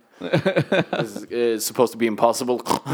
This is uh, supposed to be impossible.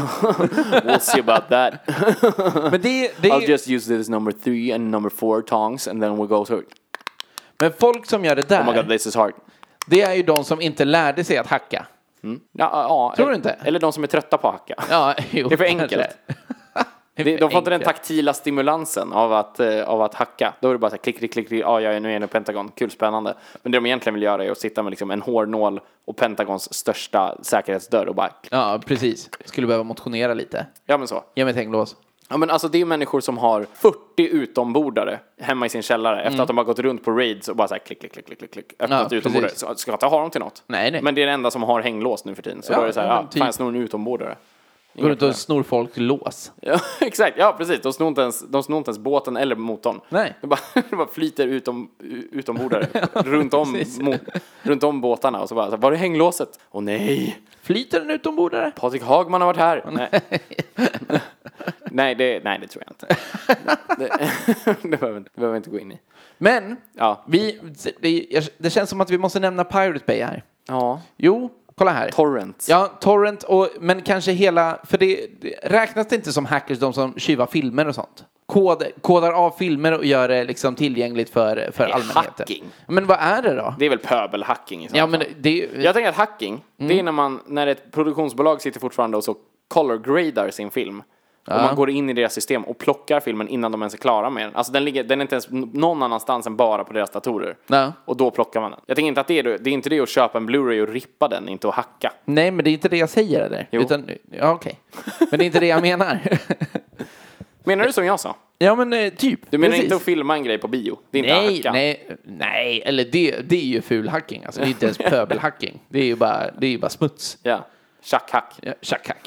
We'll see about that. Men det, det I'll just use this number three and number four tongs and then we'll go through it. Men folk som gör det där, Oh my god, this is hard. det är ju de som inte lärde sig att hacka. Mm. Ja, ja, Tror du inte? Eller de som är trötta på att hacka. Ja, jo, Det är för enkelt. Det, de får inte den enkelt. taktila stimulansen av att, eh, av att hacka. Då är det bara så här, klick, klick, klick, klick. Ja, jag är nu inne i Pentagon. Kul, spännande. Men det de egentligen vill göra är att sitta med liksom en hårnål och Pentagons största säkerhetsdörr och bara... Ja, precis. Skulle behöva motionera lite. Ja, men så. Ge mig ett hänglås. Ja, men alltså det är människor som har fyrtio utombordare hemma i sin källare efter att de har gått runt på raids och bara så här klick, klick, klick, klick, klick, öppnat Ja, utombordare. precis. Så ska jag inte ha dem till något? Nej, nej. Men det är den enda som har hänglås nu för tiden. Så Ja, då är det så här, ja, ja, men typ. fan jag snor en utombordare. Går runt och snor folk lås. Ja, exakt. Ja, precis. De snor inte ens, de snor inte ens båten eller motorn. Nej. Det bara, det bara flyter utom, utombordare runt, om, mot, runt om båtarna. Och så bara, så, var är hänglåset? Åh nej. Flyter en utombordare? Patrik Hagman har varit här. Nej. nej, det, nej, det tror jag inte. Det, det, behöver, det behöver vi inte gå in i. Men, Ja. vi, det, det känns som att vi måste nämna Pirate Bay här. Ja. Jo, kolla här. Torrent. Ja, torrent, och, men kanske hela... För det, det räknas det inte som hackers, de som tjuvar filmer och sånt. kod, kodar av filmer och gör det liksom tillgängligt för, för allmänheten. Hacking. Men vad är det då? Det är väl pöbelhacking i så Ja, fall. men det, Jag tänker att hacking, mm. det är när man när ett produktionsbolag sitter fortfarande och så color gradar sin film. Ja. Och man går in i deras system och plockar filmen innan de ens är klara med den. Alltså den, ligger, den är inte ens någon annanstans än bara på deras datorer. Ja. Och då plockar man den. Jag tänker inte att det är det är inte det att köpa en Blu-ray och rippa den, inte att hacka. Nej, men det är inte det jag säger eller? Jo. Utan, ja, okej. Okay. Men det är inte det jag menar. Menar du som jag sa? Ja, men eh, typ. Du menar precis. inte att filma en grej på bio? Det är inte nej, att hacka. nej, nej, eller det, det är ju fulhacking. Alltså, det är inte ens pöbelhacking. Det är ju bara, det är ju bara smuts. Ja, tjackhack. Ja, tjackhack.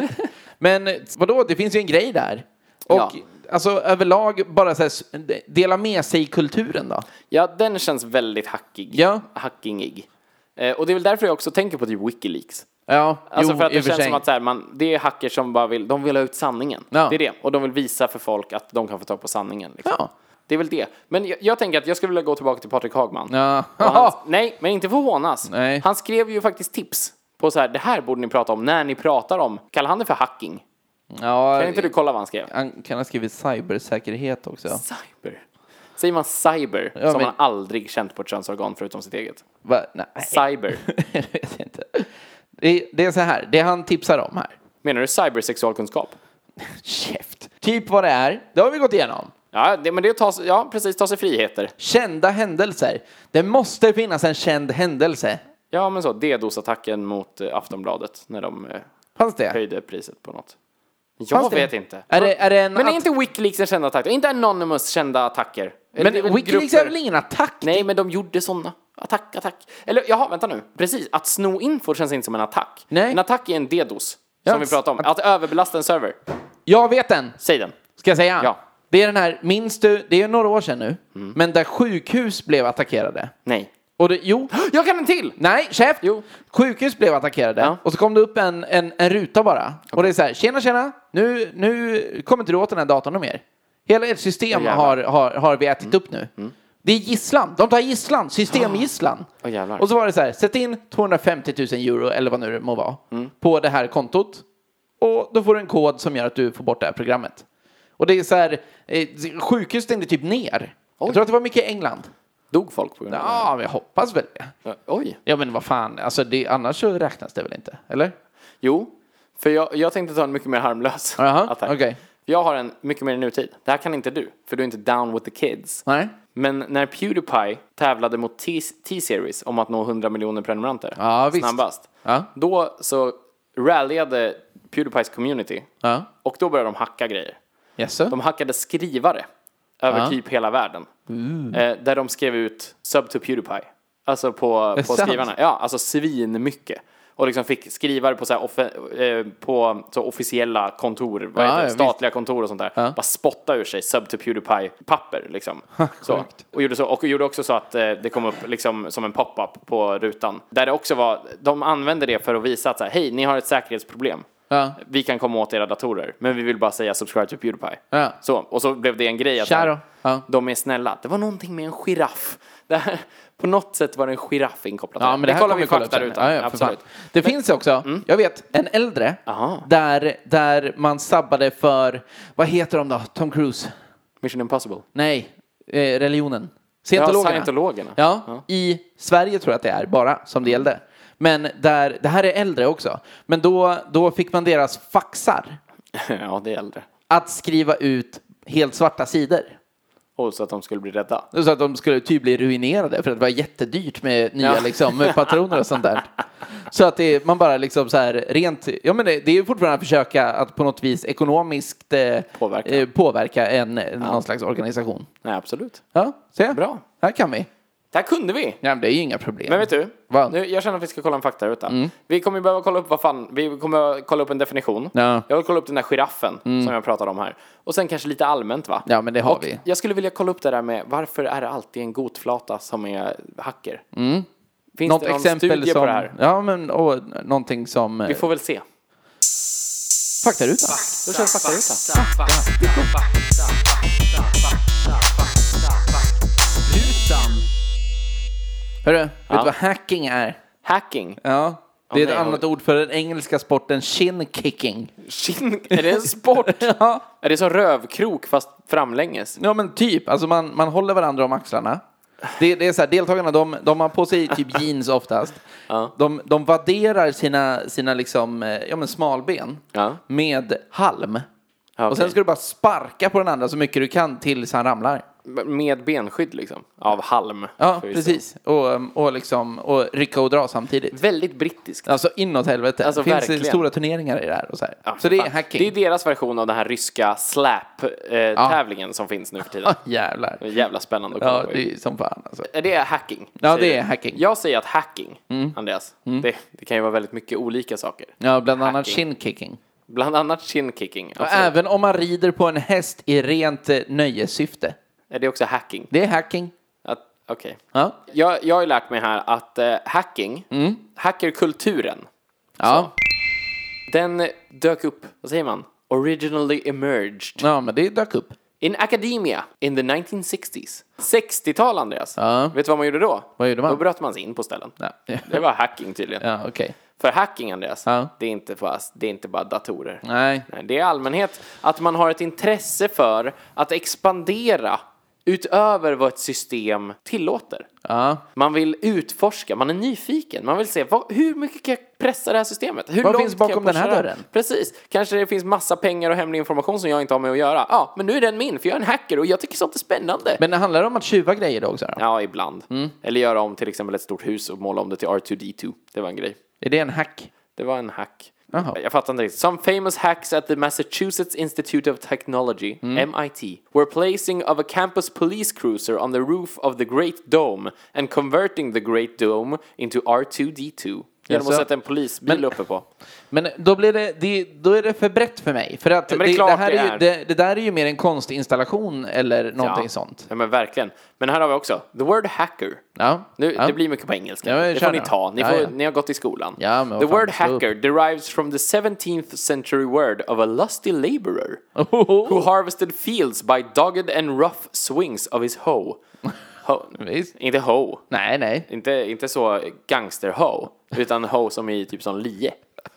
Men vadå, det finns ju en grej där. Och Ja. alltså överlag bara så här, dela med sig i kulturen då. Ja, den känns väldigt hackig. Ja. Hackingig. Eh, och det är väl därför jag också tänker på typ WikiLeaks. Ja, Alltså jo, för att i det och för känns sig. som att så här, man, det är hackers som bara vill, de vill ha ut sanningen. Ja. Det är det. Och de vill visa för folk att de kan få tag på sanningen. Liksom. Ja. Det är väl det. Men jag, jag tänker att jag skulle vilja gå tillbaka till Patrik Hagman. Ja. Och han, nej, men inte för hånas. Nej. Han skrev ju faktiskt tips på så här, det här borde ni prata om när ni pratar om, kallar han det för hacking? Ja, Kan inte du kolla vad han skrev? han kan ha skrivit cybersäkerhet också. Cyber. Säger man cyber Ja, som men- man aldrig känt på ett könsorgan förutom sitt eget? Va? Nej. Cyber. Jag vet inte. Det, det är så här, det han tipsar om här. Menar du cybersexualkunskap? Käft. Typ vad det är, det har vi gått igenom. Ja, det, men det är att ta, sig- ja, precis, ta sig friheter. Kända händelser. Det måste finnas en känd händelse. Ja, men så, DDoS-attacken mot eh, Aftonbladet när de eh, Fanns det? höjde priset på något. Jag Fanns det? vet inte. Är det, är det en Men är att- inte WikiLeaks en känd attack? Är inte Anonymous kända attacker? Men Det är väl WikiLeaks grupper- är väl ingen attack? Nej, men de gjorde sådana. Attack, attack. Eller, jaha, vänta nu. Precis, att sno info känns inte som en attack. Nej. En attack är en DDoS, Ja, som vi pratar om. Att överbelasta en server. Jag vet den. Säg den. Ska jag säga? Ja. Det är den här, minns du, det är några år sedan nu, men där sjukhus blev attackerade. Nej. Och det, jo, Jag kan en till! nej, käft! Jo. Sjukhus blev attackerade. Ja. Och så kom det upp en, en, en ruta bara. Och det är så här, tjena, tjena, nu, nu kommer inte du åt den här datorn mer. Hela ert system Åh, har, har, har vi ätit upp nu. Det är gisslan, de tar gisslan, systemgisslan. Åh, jävlar. Och så var det så här, sätt in tvåhundrafemtio tusen euro, eller vad nu det må vara, på det här kontot. Och då får du en kod som gör att du får bort det här programmet. Och det är så här, eh, sjukhus stängde typ ner. Jag tror att det var mycket i England. Dog folk på grund av det? Ja, jag hoppas väl det. Ja, oj. Ja, men vad fan, alltså det, annars så räknas det väl inte, eller? Jo, för jag, jag tänkte ta en mycket mer harmlös Jaha, attack. okej. Jag har en mycket mer i nutid. Det här kan inte du, för du är inte down with the kids. Nej. Men när Pewdiepie tävlade mot T- T-Series om att nå hundra miljoner prenumeranter Ja, visst. snabbast, Ja. då så rallyade Pewdiepies community Ja. och då började de hacka grejer. Yes. De hackade skrivare över Ja. typ hela världen. Eh, där de skrev ut sub to Pewdiepie. Alltså på, det på sant? skrivarna. Ja, alltså svin mycket. Och liksom fick skrivare på, så här offe, eh, på så officiella kontor, vad Ja, heter det? ja, statliga kontor och sånt där. Ja. Bara spotta ur sig sub to Pewdiepie-papper liksom. så. Och, gjorde så, och gjorde också så att eh, det kom upp liksom som en pop-up på rutan. Där det också var, de använde det för att visa att så här, hej, ni har ett säkerhetsproblem. Ja. Vi kan komma åt era datorer, men vi vill bara säga subscribe to Pewdiepie. Ja. Så, och så blev det en grej att Tja här, då. Ja. de är snälla. Det var någonting med en giraff. Det här, på något sätt var det en giraff inkopplad. Ja, men det här kollar kommer vi kolla fakta upp sen. utan. Ja, ja, för fan. Absolut. Det finns också, jag vet, en äldre Aha. där, där man sabbade för, vad heter de då? Tom Cruise? Mission Impossible. Nej, eh, religionen. Scientologerna. Ja, scientologerna. Ja, Ja. i Sverige tror jag att det är bara som det gällde. Men där, det här är äldre också. Men då, då fick man deras faxar Ja, det är äldre. att skriva ut helt svarta sidor. Och så att de skulle bli rädda. Så att de skulle typ bli ruinerade för att det var jättedyrt med nya Ja. liksom, med patroner och sånt där. Så att det, man bara liksom så här rent, ja men det, det är ju fortfarande att försöka att på något vis ekonomiskt eh, Påverka. eh, påverka en, någon slags organisation. Nej, absolut. Ja, se. Bra. Här kan vi. Det här kunde vi. Ja, men det är ju inga problem. Men vet du, Vad? nu, jag känner att vi ska kolla en fakta utan. Vi kommer ju behöva kolla upp vad fan, vi kommer kolla upp en definition. Ja. Jag vill kolla upp den där giraffen som jag pratade om här. Och sen kanske lite allmänt, va? Ja, men det har Och vi. jag skulle vilja kolla upp det där med varför är det alltid en gotflata som är hacker? Finns Något det någon exempel studie som, på det här? ja men och, någonting som Vi får väl se. faktarutan. Då kör faktarutan. Hörru, vet Ja. du vad hacking är? Hacking. Ja. Det är oh, ett nej, annat ord för den engelska sporten shin kicking. Shin, är det en sport? Ja. Är det som rövkrok fast framlänges? Ja, men typ. Alltså man, man håller varandra om axlarna. Det, det är så här, deltagarna, de, de har på sig typ jeans oftast. Ja. De, de vadderar sina, sina liksom, ja, men smalben Ja. med halm. Ja, Och sen okej. ska du bara sparka på den andra så mycket du kan tills han ramlar. Med benskydd liksom, av halm. Ja, förvisso. precis. Och, och, liksom, och rycka och dra samtidigt. Väldigt brittiskt. Alltså inåt helvete. Alltså, det finns verkligen. stora turneringar i det här. Och så här. Ja, så det är fan. hacking. Det är deras version av den här ryska slap-tävlingen som finns nu för tiden. Ja, jävlar. Det är jävla spännande att kolla Ja, på. det är som fan alltså. Är det hacking? Ja, Säger det du? är hacking. Jag säger att hacking, Andreas, Det, det kan ju vara väldigt mycket olika saker. Ja, bland annat Hacking. shin kicking. Bland annat chin kicking. Och även om man rider på en häst i rent eh, nöjessyfte. Är det också hacking? Det är hacking. Att, okej. Ja. Jag, jag har ju lärt mig här att eh, hacking, hackerkulturen, Ja. den dök upp, vad säger man? Originally emerged Ja, men det dök upp. in academia in the nineteen sixties. sextiotal, Andreas. Ja. Vet du vad man gjorde då? Vad gjorde man? Då bröt man sig in på ställen. Ja, Det var hacking tydligen. ja okej. För hacking, Andreas, Ja. det, är inte bara, det är inte bara datorer. Nej. Nej, det är i allmänhet att man har ett intresse för att expandera utöver vad ett system tillåter. Ja. Man vill utforska, man är nyfiken. Man vill se, vad, hur mycket kan jag pressa det här systemet? Hur Vad långt finns kan jag bakom den här pusha det? dörren? Precis. Kanske det finns massa pengar och hemlig information som jag inte har med att göra. Ja, men nu är den min, för jag är en hacker och jag tycker sånt är spännande. Men det handlar om att tjuva grejer då också då? Ja, ibland. Mm. Eller göra om till exempel ett stort hus och måla om det till R två D två. Det var en grej. Är det en hack? Det var en hack. Jaha. Jag fattar inte riktigt. Some famous hacks at the Massachusetts Institute of Technology, Mm. M I T, were placing of a campus police cruiser on the roof of the Great Dome and converting the Great Dome into R två D två. Genom Jaså? att sätta en polisbil Men- uppe på. Men då blir det, det, då är det för brett för mig. För att Ja, det, men det är det, klart här det är ju, är. det, det där är ju mer en konstinstallation eller någonting Ja. sånt. Ja, men verkligen. Men här har vi också, the word hacker. Ja. Nu, ja. Det blir mycket på engelska. Ja, jag det kör får ni nu. ta. Ni, Ja, får, ja. ni har gått i skolan. Ja, men vad the fan, word slå upp. hacker derives from the seventeenth century word of a lusty laborer Ohoho. who harvested fields by dogged and rough swings of his hoe. Ho. Visst. Inte hoe. Nej, nej. Inte, inte så gangster-hoe. Utan hoe som i typ som lie.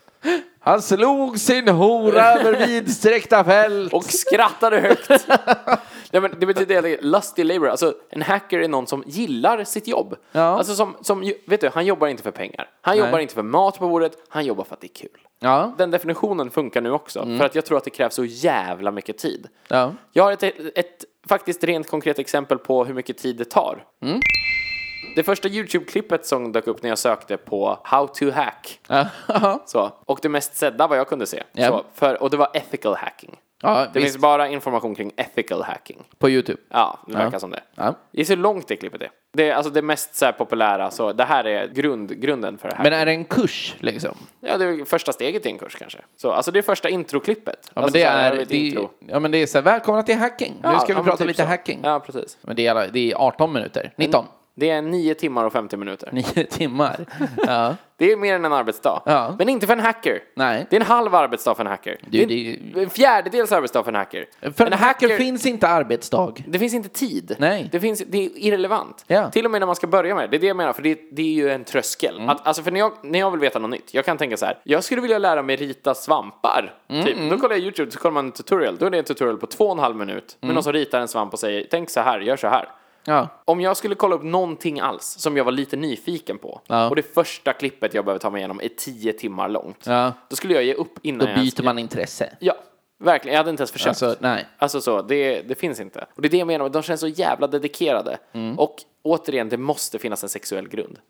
Han slog sin hora över vidsträckta fält. Och skrattade högt. Ja, men det betyder helt lusty labor. Alltså en hacker är någon som gillar sitt jobb. Ja. Alltså som, som, ju- vet du, han jobbar inte för pengar. Han Nej. jobbar inte för mat på bordet. Han jobbar för att det är kul. Ja. Den definitionen funkar nu också. För att jag tror att det krävs så jävla mycket tid. Ja. Jag har ett, ett faktiskt rent konkret exempel på hur mycket tid det tar. Mm. Det första YouTube-klippet som dök upp när jag sökte på How to hack. Ja. Så, och det mest sedda vad jag kunde se. Ja. Så, för, och det var ethical hacking. Ja, Det visst. finns bara information kring ethical hacking. På YouTube. Ja, det verkar Ja. som det. Ja. Det är så långt det klippet är. Det är alltså det mest så här populära. Så det här är grund, grunden för det här. Men är det en kurs liksom? Ja, det är första steget i en kurs kanske. Så, alltså det är första introklippet. Ja, men alltså, det så här, här har är, vi ett det, intro. ja, men det är så här, välkomna till hacking. Nu Ja, ska vi ja, men prata typ lite så. hacking. Ja, precis. Men det är, alla, det är arton minuter. nitton. Det är nio timmar och femtio minuter. Nio timmar. Ja. Det är mer än en arbetsdag. Ja. Men inte för en hacker. Nej. Det är en halv arbetsdag för en hacker. Du, det är en fjärdedels arbetsdag för en hacker. För en hacker finns inte arbetsdag. Det finns inte tid. Nej. Det, finns, det är irrelevant. Ja. Till och med när man ska börja med det. Det är det jag menar, för det, det är ju en tröskel. Mm. Att, alltså för när jag, när jag vill veta något nytt, jag kan tänka så här. Jag skulle vilja lära mig rita svampar. Mm, Typ. Då kollar jag YouTube, så kollar man en tutorial. Då är det en tutorial på två och en halv minut. Mm. Med någon som ritar en svamp och säger, tänk så här, gör så här. Ja. Om jag skulle kolla upp någonting alls som jag var lite nyfiken på, Ja. och det första klippet jag behöver ta mig igenom är tio timmar långt, Ja. då skulle jag ge upp innan Då jag ens- byter man intresse. Ja, verkligen. Jag hade inte ens försökt. Alltså, nej. Alltså så, det, det finns inte. Och det är det jag menar, de känns så jävla dedikerade. Mm. Och återigen, det måste finnas en sexuell grund.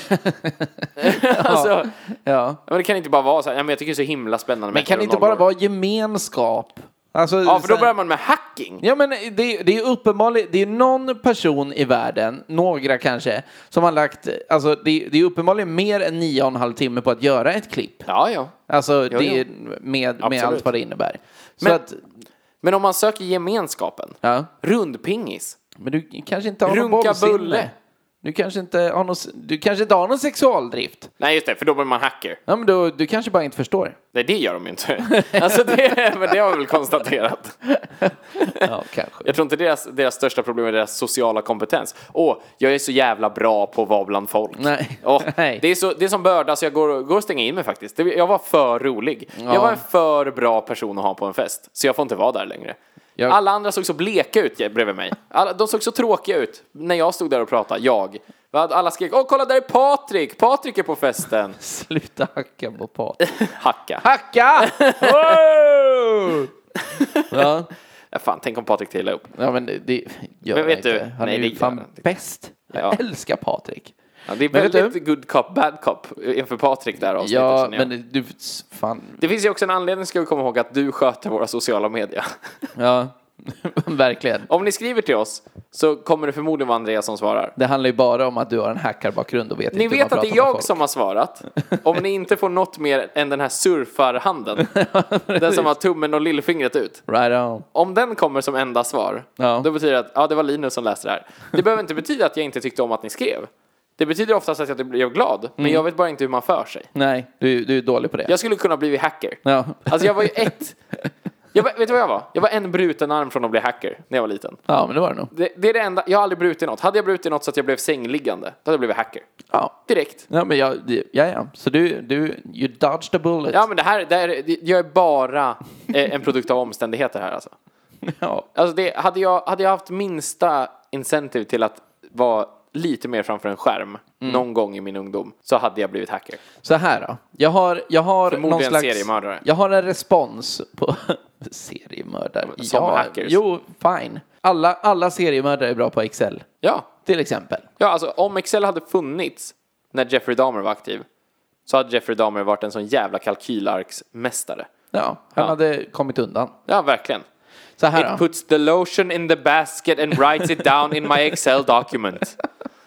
alltså, Ja. men det kan inte bara vara så här, ja, men jag tycker det är så himla spännande med Men kan ettor det och inte bara nollor. vara gemenskap? Alltså, Ja, för då sen- börjar man med hacking. Ja, men det, det är uppenbarligen, det är någon person i världen, några kanske, som har lagt, alltså det, det är uppenbarligen mer än nio och en halv timme på att göra ett klipp. Ja, ja. Alltså Jo, det, jo. med, med Absolut. allt vad det innebär. Så Men- att, Men om man söker gemenskapen, ja. rundpingis, Men du kanske inte har någon runka bollsinne. bulle. Du kanske inte har någon, du kanske inte har någon sexualdrift. Nej, just det, för då blir man hacker. Ja, men då, du kanske bara inte förstår. Nej, det gör de ju inte. Alltså, det, men det har vi väl konstaterat. Ja, kanske. Jag tror inte deras, deras största problem är deras sociala kompetens. Åh, jag är så jävla bra på att vara bland folk. Nej. Åh, Nej. det är så, det är som börda, så jag går, går och stänger in mig faktiskt. Det, jag var för rolig. Ja. Jag var en för bra person att ha på en fest. Så jag får inte vara där längre. Jag... Alla andra såg så bleka ut bredvid mig. Alla, de såg så tråkiga ut när jag stod där och pratade. Jag. Alla skrek, åh kolla där är Patrik. Patrik är på festen. Sluta hacka på Patrik. Hacka. Hacka! Wow! Ja. Ja, fan, tänk om Patrik trillar upp. Ja, men det, det gör Men vet inte. du, Han nej, är det ju gör fan han inte. bäst. Jag Ja. älskar Patrik. Ja, det är Men vet väldigt good cop, bad cop inför Patrik där avsnittet, Ja, känner jag. men du, fan. Det finns ju också en anledning, ska vi komma ihåg, att du sköter våra sociala medier. Ja, verkligen. Om ni skriver till oss så kommer det förmodligen vara Andreas som svarar. Det handlar ju bara om att du har en hackarbakgrund och vet Ni inte hur vet man att det är pratar med jag folk. som har svarat. Om ni inte får något mer än den här surfarhanden. Den som har tummen och lillfingret ut. Right on. Om den kommer som enda svar, Ja. då betyder det att ja, det var Linus som läste det här. Det behöver inte betyda att jag inte tyckte om att ni skrev. Det betyder oftast att jag blev glad, men jag vet bara inte hur man för sig. Nej, du, du är dålig på det. Jag skulle kunna bli hacker. Ja. Alltså jag var ju ett... Jag var, vet du vad jag var? Jag var en bruten arm från att bli hacker när jag var liten. Ja, men det var det nog. Det, det är det enda, jag har aldrig brutit något. Hade jag brutit något så att jag blev sängliggande, då hade jag blivit hacker. Ja. Direkt. Ja, men jag, det- ja, ja. Så du, du, you dodged the bullet. Ja, men det här, det här jag är bara eh, en produkt av omständigheter här alltså. Ja. Alltså det, hade, jag, hade jag haft minsta incentive till att vara lite mer framför en skärm Mm. någon gång i min ungdom, så hade jag blivit hacker. Så här då. Jag har, jag har någon Förmodligen slags... seriemördare. Jag har en respons på seriemördare. Som ja, hackers. Jo, fine. Alla, alla seriemördare är bra på Excel. Ja. Till exempel. Ja, alltså om Excel hade funnits när Jeffrey Dahmer var aktiv, så hade Jeffrey Dahmer varit en sån jävla kalkylarksmästare. Ja, han Ja. hade kommit undan. Ja, verkligen. Så här It då. puts the lotion in the basket and writes it down in my Excel document.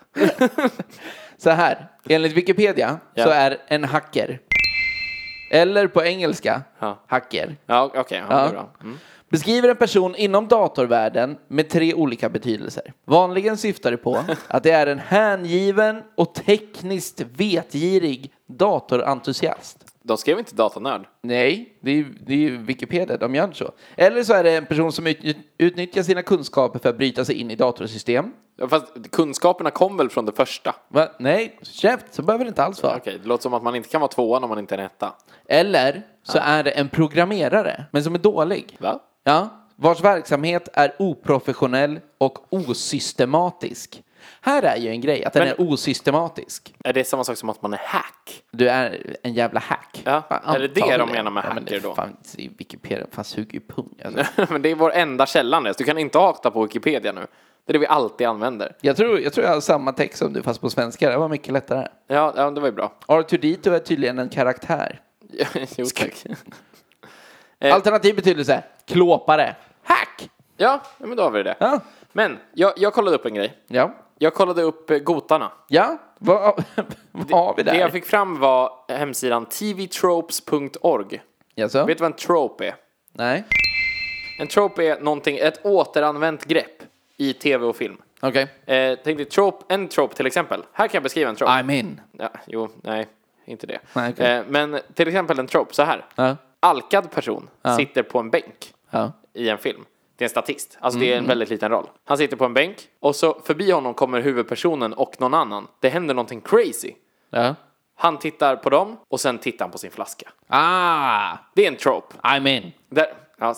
Så här. Enligt Wikipedia Ja. så är en hacker, eller på engelska, Ja. hacker, Ja, okej. Okay, ja, Ja. det är bra. Mm. beskriver en person inom datorvärlden med tre olika betydelser. Vanligen syftar det på att det är en hängiven och tekniskt vetgirig datorentusiast. De skrev inte datanörd. Nej, det är ju det är ju Wikipedia, de gör inte så. Eller så är det en person som utny- utnyttjar sina kunskaper för att bryta sig in i datorsystem. Ja, fast kunskaperna kom väl från det första? Va? Nej, käft, så behöver det inte alls vara. Okej, det låter som att man inte kan vara tvåan om man inte är en etta. Eller så är det en programmerare, men som är dålig. Va? Ja, vars verksamhet är oprofessionell och osystematisk. Här är ju en grej, att den Men- är osystematisk. Är det samma sak som att man är hack? Du är en jävla hack. Ja, Fan, är det det de antagligen. menar med Ja, men hacker det, då? Fan, i Wikipedia, fan suger ju pung. Alltså. Men det är vår enda källa, Andreas. Du kan inte hata på Wikipedia nu. Det är det vi alltid använder. Jag tror, jag tror jag har samma text som du, fast på svenska. Det var mycket lättare. Ja, ja det var ju bra. R två D två är tydligen en karaktär. Jo, tack. Eh. Alternativ betydelse, klåpare. Hack! Ja, men då har vi det. Ja. Men jag, jag kollade upp en grej. Ja. Jag kollade upp eh, gotarna. Ja, vad, vad har vi där? Det jag fick fram var hemsidan t v tropes punkt org. Jaså? Vet du vad en trope är? Nej. En trope är någonting, ett återanvänt grepp i tv och film. Okej. Eh, tänk dig trope, en trope till exempel. Här kan jag beskriva en trope. I'm in. Ja, jo, nej, inte det. Nej, okej. eh, men till exempel en trope så här. Ja. Alkad person sitter på en bänk Ja. i en film. Det är en statist. Alltså det är en väldigt liten roll. Han sitter på en bänk och så förbi honom kommer huvudpersonen och någon annan. Det händer någonting crazy. Ja. Han tittar på dem och sen tittar han på sin flaska. Ah, Det är en trope. I'm in. Där, ja,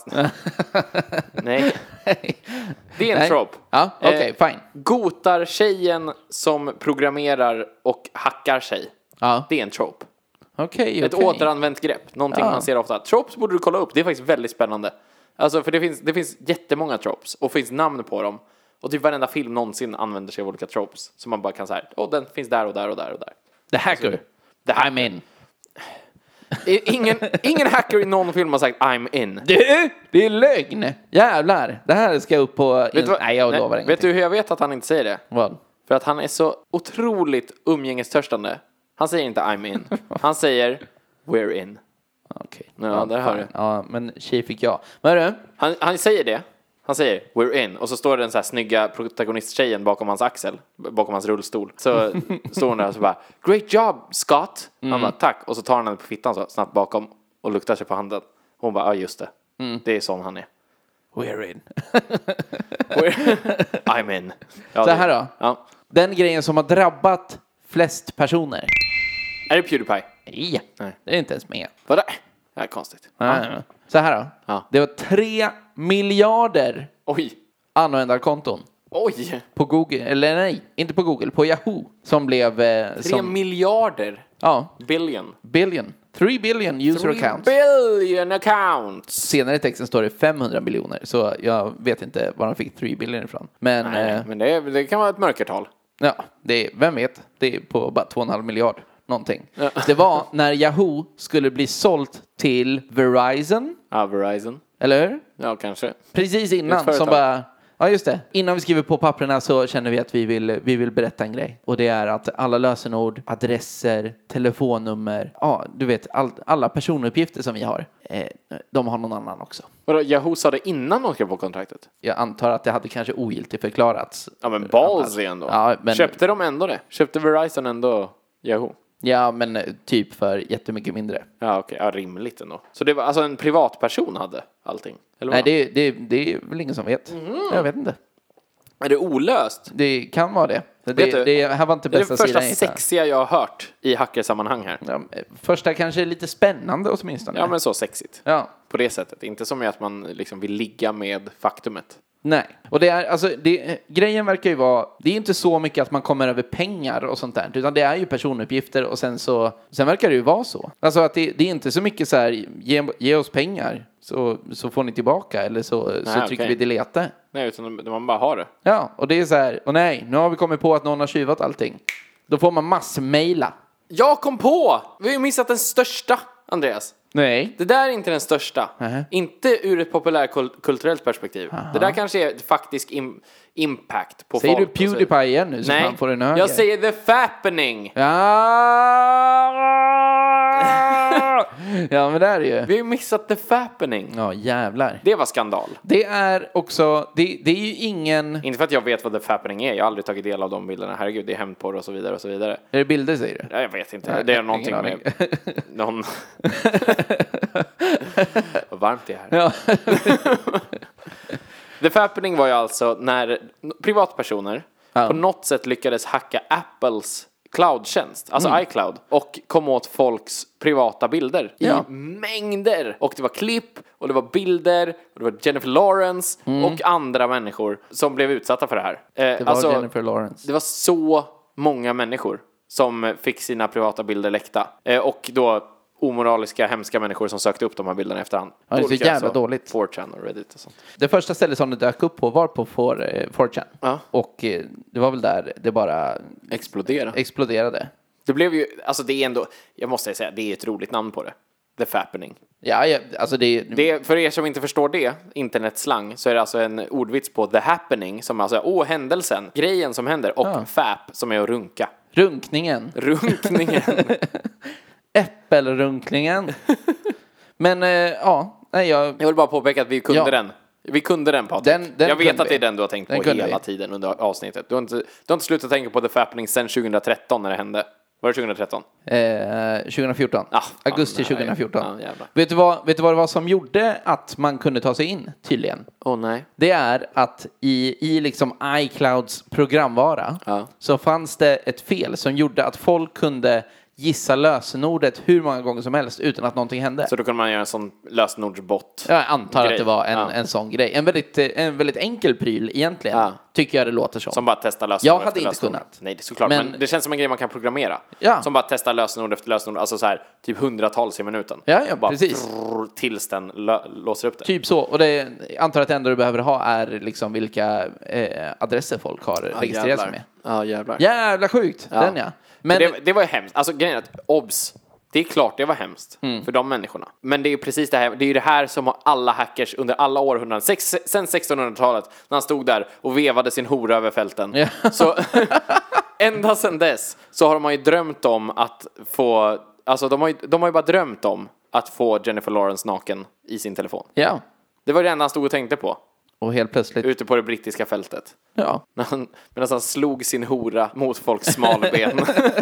nej. Det är en Nej. trope. Ja, okej, Eh, fine. Gotar tjejen som programmerar och hackar sig. Ja. Det är en trope. Okej, Ett okej. återanvänt grepp. Någonting Ja. man ser ofta. Tropes borde du kolla upp. Det är faktiskt väldigt spännande. Alltså, för det finns, det finns jättemånga tropes. Och finns namn på dem. Och typ varenda film någonsin använder sig av olika tropes. Så man bara kan säga, åh, den finns där och där och där och där. The hacker. Det här, I'm in. ingen, ingen hacker i någon film har sagt I'm in. Du, det är lögn. Jävlar. Det här ska upp på... Vet du, vad, Nej, jag nej, lovar vet ingenting. du hur jag vet att han inte säger det? Vad? För att han är så otroligt umgängestörstande. Han säger inte I'm in. Han säger we're in. Okej. Ja, där hör fine. du. Ja, men tjej fick jag. Men hörru, Han, han säger det Han säger we're in. Och så står den så här snygga protagonisttjejen bakom hans axel. Bakom hans rullstol. Så står hon där och så bara great job Scott. Mm. Han bara tack. Och så tar han henne på fittan så snabbt bakom. Och luktar sig på handen. Och hon bara ja just det. Mm. Det är sån han är. We're in. We're... I'm in. Ja, så här då. Ja. Den grejen som har drabbat flest personer. Är det PewDiePie? Nej, Nej. det är inte ens med. Vadå? Det är konstigt. Nej, ja. Så här då. Ja. Det var tre miljarder Oj. användarkonton. Oj. På Google, eller nej, inte på Google, på Yahoo. Som blev... Eh, tre som, miljarder? Ja. Billion. Billion. Three billion user Three accounts. billion accounts. Senare i texten står det femhundra miljoner. Så jag vet inte var de fick three billion ifrån. Men, nej, eh, men det, det kan vara ett mörkertal. Ja, det är, vem vet? Det är på bara två komma fem miljard. Någonting. Ja. Det var när Yahoo skulle bli sålt till Verizon. Ja, Verizon. Eller hur? Ja, kanske. Precis innan som bara... Ja, just det. Innan vi skriver på papperna så känner vi att vi vill, vi vill berätta en grej. Och det är att alla lösenord, adresser, telefonnummer, ja, du vet, all, alla personuppgifter som vi har, eh, de har någon annan också. Vadå, Yahoo sa det innan de skrev på kontraktet? Jag antar att det hade kanske ogiltigt förklarats. Ja, men ballsy ändå. Ja, men... Köpte de ändå det? Köpte Verizon ändå Yahoo? Ja, men typ för jättemycket mindre. Ja, okej. Okay. Ja, rimligt ändå. Så det var alltså en privatperson hade allting? Eller nej, det, det, det är väl ingen som vet. Mm. Jag vet inte. Är det olöst? Det kan vara det. Det, det, det här var inte bästa sidan. Det är det första sexiga jag har hört i hackersammanhang här. Ja, första kanske är lite spännande åtminstone. Ja, men så sexigt. Ja. På det sättet. Inte som att man liksom vill ligga med faktumet. Nej, och det är alltså det, grejen verkar ju vara, det är inte så mycket att man kommer över pengar och sånt där, utan det är ju personuppgifter och sen så sen verkar det ju vara så. Alltså att det, det är inte så mycket så här ge, ge oss pengar så, så får ni tillbaka eller så, nej, så trycker okay. vi delete. Nej, utan man bara har det. Ja, och det är så här, och nej, nu har vi kommit på att någon har tjuvat allting. Då får man massmaila. Jag kom på! Vi har ju missat den största, Andreas. Nej. Det där är inte den största. Uh-huh. Inte ur ett populärkulturellt perspektiv. Uh-huh. Det där kanske är ett faktisk im- impact på säger folk. Säger du PewDiePie igen nu så nej, man får en höger? Jag säger the fappening. Ja, ja men det är det ju. Vi har missat the fappening. Ja, jävlar. Det var skandal. Det är också, det, det är ju ingen... Inte för att jag vet vad the fappening är. Jag har aldrig tagit del av de bilderna. Herregud, det är hämndporr och så vidare och så vidare. Är det bilder säger du? Ja, jag vet inte. Ja, det är någonting med... någon... Vad varmt det är här. Ja. The fappening var ju alltså när privatpersoner ja. på något sätt lyckades hacka Apples cloudtjänst, alltså mm. iCloud, och kom åt folks privata bilder ja. i mängder. Och det var klipp, och det var bilder, och det var Jennifer Lawrence mm. och andra människor som blev utsatta för det här. Eh, det var alltså, Jennifer Lawrence. Det var så många människor som fick sina privata bilder läckta. Eh, och då omoraliska, hemska människor som sökte upp de här bilderna efterhand. Ja, det är så jävla alltså, dåligt. four chan och Reddit och sånt. Det första stället som det dök upp på var på four chan. Ja. Och eh, det var väl där det bara exploderade. exploderade. Det blev ju, alltså det är ändå, jag måste säga, det är ett roligt namn på det. The fappening. Ja, ja alltså det, det för er som inte förstår det, internetslang, så är det alltså en ordvits på the happening, som alltså, åh, händelsen, grejen som händer, och ja. Fap, som är att runka. Runkningen. Runkningen. Äppelrunklingen. Men, eh, ja, nej, jag... Jag vill bara påpeka att vi kunde ja. den. Vi kunde den, Patrik. Den, den jag vet att det är den du har tänkt den på hela vi. tiden under avsnittet. Du har, inte, du har inte slutat tänka på The Fappening sedan tjugohundratretton när det hände. Var det tjugohundratretton? Eh, tjugofjorton. Ah, Augusti fan, tjugofjorton. Ah, vet, du vad, vet du vad det var som gjorde att man kunde ta sig in, tydligen? Åh oh, nej. Det är att i, i liksom iClouds programvara ah. så fanns det ett fel som gjorde att folk kunde gissa lösenordet hur många gånger som helst utan att någonting hände. Så då kunde man göra en sån lösenordsbot. Jag antar grej. Att det var en, ja. en sån grej. En väldigt, en väldigt enkel pryl egentligen, ja. Tycker jag det låter som. Som bara testa lösenord Jag hade efter inte lösenord. kunnat. Nej, det är såklart. Men, men det känns som en grej man kan programmera. Ja. Som bara testa lösenord efter lösenord. Alltså så här, typ hundratals i minuten. Ja, ja bara precis. Brrr, tills den lö- låser upp det. Typ så. Och det antar att det enda du behöver ha är liksom vilka eh, adresser folk har ja, registrerat sig med. Ja, jävlar. Jävla sjukt. Ja. Den ja. Men det, det var ju hemskt. Alltså grejen är att obs. Det är klart det var hemskt mm. för de människorna. Men det är ju precis det här, det är ju det här som alla hackers under alla århundraden, sex, sen sextonhundratalet, när han stod där och vevade sin hora över fälten. Yeah. Så ända sedan dess så har de ju drömt om att få, alltså de har ju, de har ju bara drömt om att få Jennifer Lawrence naken i sin telefon. Ja. Yeah. Det var det enda han stod och tänkte på. Och helt plötsligt... Ute på det brittiska fältet. Ja. När han, medan han slog sin hora mot folks smalben.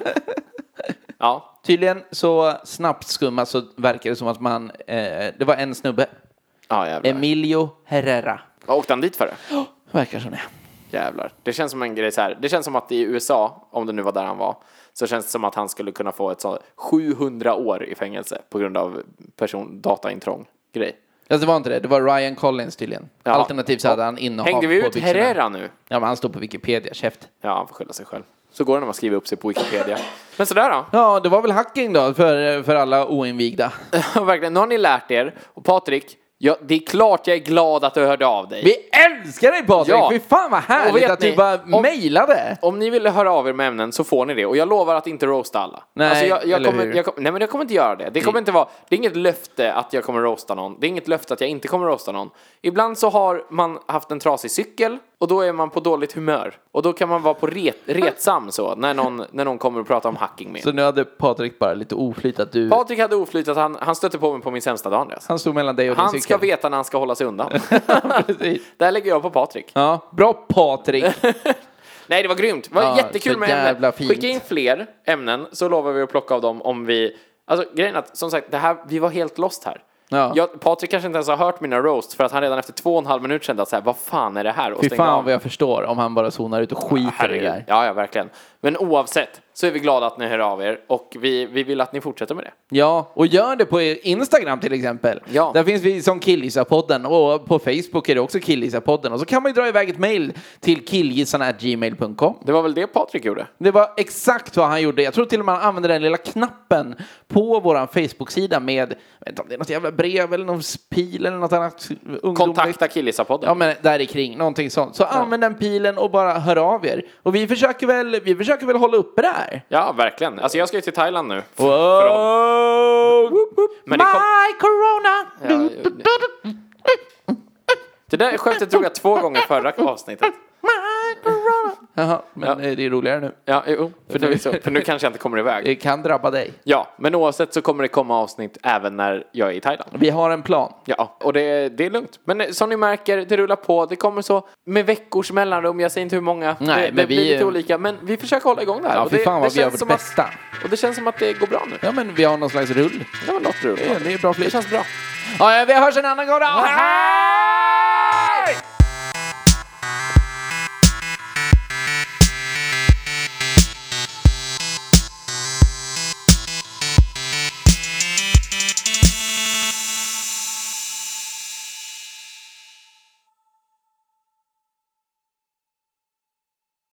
Ja. Tydligen så snabbt skumma så verkar det som att man... Eh, det var en snubbe. Ja, jävlar. Emilio Herrera. Vad åkte han dit för det? Oh, verkar som det. Jävlar. Det känns som en grej så här. Det känns som att i U S A, om det nu var där han var, så känns det som att han skulle kunna få ett sånt sjuhundra år i fängelse på grund av person dataintrång grej. Alltså det var inte det. Det var Ryan Collins tydligen. Ja. Alternativt så hade han innehav Hängde vi på ut byxorna. Herrera nu? Ja, men han står på Wikipedia. Käft. Ja, han får skylla sig själv. Så går det när man skriver upp sig på Wikipedia. Men sådär då. Ja, det var väl hacking då för, för alla oinvigda. Verkligen. Nu har ni lärt er. Och Patrik, ja, det är klart jag är glad att du hörde av dig. Vi älskar dig Patrik! Ja. Fy fan vad härligt vet att ni, du bara om- mejlade. Om ni ville höra av er med ämnen så får ni det. Och jag lovar att inte roasta alla. Nej, alltså jag, jag eller kommer, hur? jag, kom- nej men jag kommer inte göra det. Det kommer inte vara, det är inget löfte att jag kommer roasta någon. Det är inget löfte att jag inte kommer roasta någon. Ibland så har man haft en trasig cykel och då är man på dåligt humör. Och då kan man vara på ret, retsam så när någon, när någon kommer och pratar om hacking med. Så nu hade Patrik bara lite oflyt att du... Patrik hade oflyt att han, han stötte på mig på min sämsta dag, Andreas. Han stod mellan dig och din Han cykel. ska veta när han ska hålla sig undan. Precis. Där lägger jag på Patrik. Ja, bra Patrik. Nej, det var grymt. Det var Ja, jättekul så med jävla ämnen. fint. Skicka in fler ämnen så lovar vi att plocka av dem om vi... Alltså grejen är att, som sagt, det här, vi var helt lost här. Ja. Jag, Patrik kanske inte ens har hört mina roast för att han redan efter två och en halv minut kände att så här, vad fan är det här? Och Fy stängde fan av. vad jag förstår om han bara zonar ut och skiter i det Herregud. där. Ja, ja, verkligen. Men oavsett så är vi glada att ni hör av er och vi, vi vill att ni fortsätter med det. Ja, och gör det på Instagram till exempel. Ja. Där finns vi som Killgissarpodden och på Facebook är det också Killgissarpodden. Och så kan man ju dra iväg ett mejl till killgissarna at gmail dot com. Det var väl det Patrik gjorde? Det var exakt vad han gjorde. Jag tror till och med han använde den lilla knappen på våran Facebook-sida med, jag vet inte om det är något jävla brev eller någon pil eller något annat ungdomligt. Kontakta Killgissarpodden. Ja, men där i kring, någonting sånt. Så använd den pilen och bara hör av er. Och vi försöker väl, vi försöker väl hålla uppe det här. Ja, verkligen. Alltså jag ska ju till Thailand nu. Wow! Men det kom- My corona! Ja, det där skämtet drog jag två gånger förra avsnittet. My corona! Jaha, men Ja. det är roligare nu. Ja, jo, för, nu, så, för nu kanske jag inte kommer iväg. Det kan drabba dig. Ja, men oavsett så kommer det komma avsnitt även när jag är i Thailand. Vi har en plan. Ja, och det, det är lugnt. Men som ni märker, det rullar på. Det kommer så med veckors mellanrum. Jag säger inte hur många. Nej, det, men det vi- blir lite olika. Men vi försöker hålla igång det här. Ja, och fy det, fan vad det vi gör känns vårt som att- bästa. Och det känns som att det går bra nu. Ja, men vi har någon slags rull. Det var något rull. Det är, det är bra Det flyt. känns bra. Ja, vi hörs en annan gång då.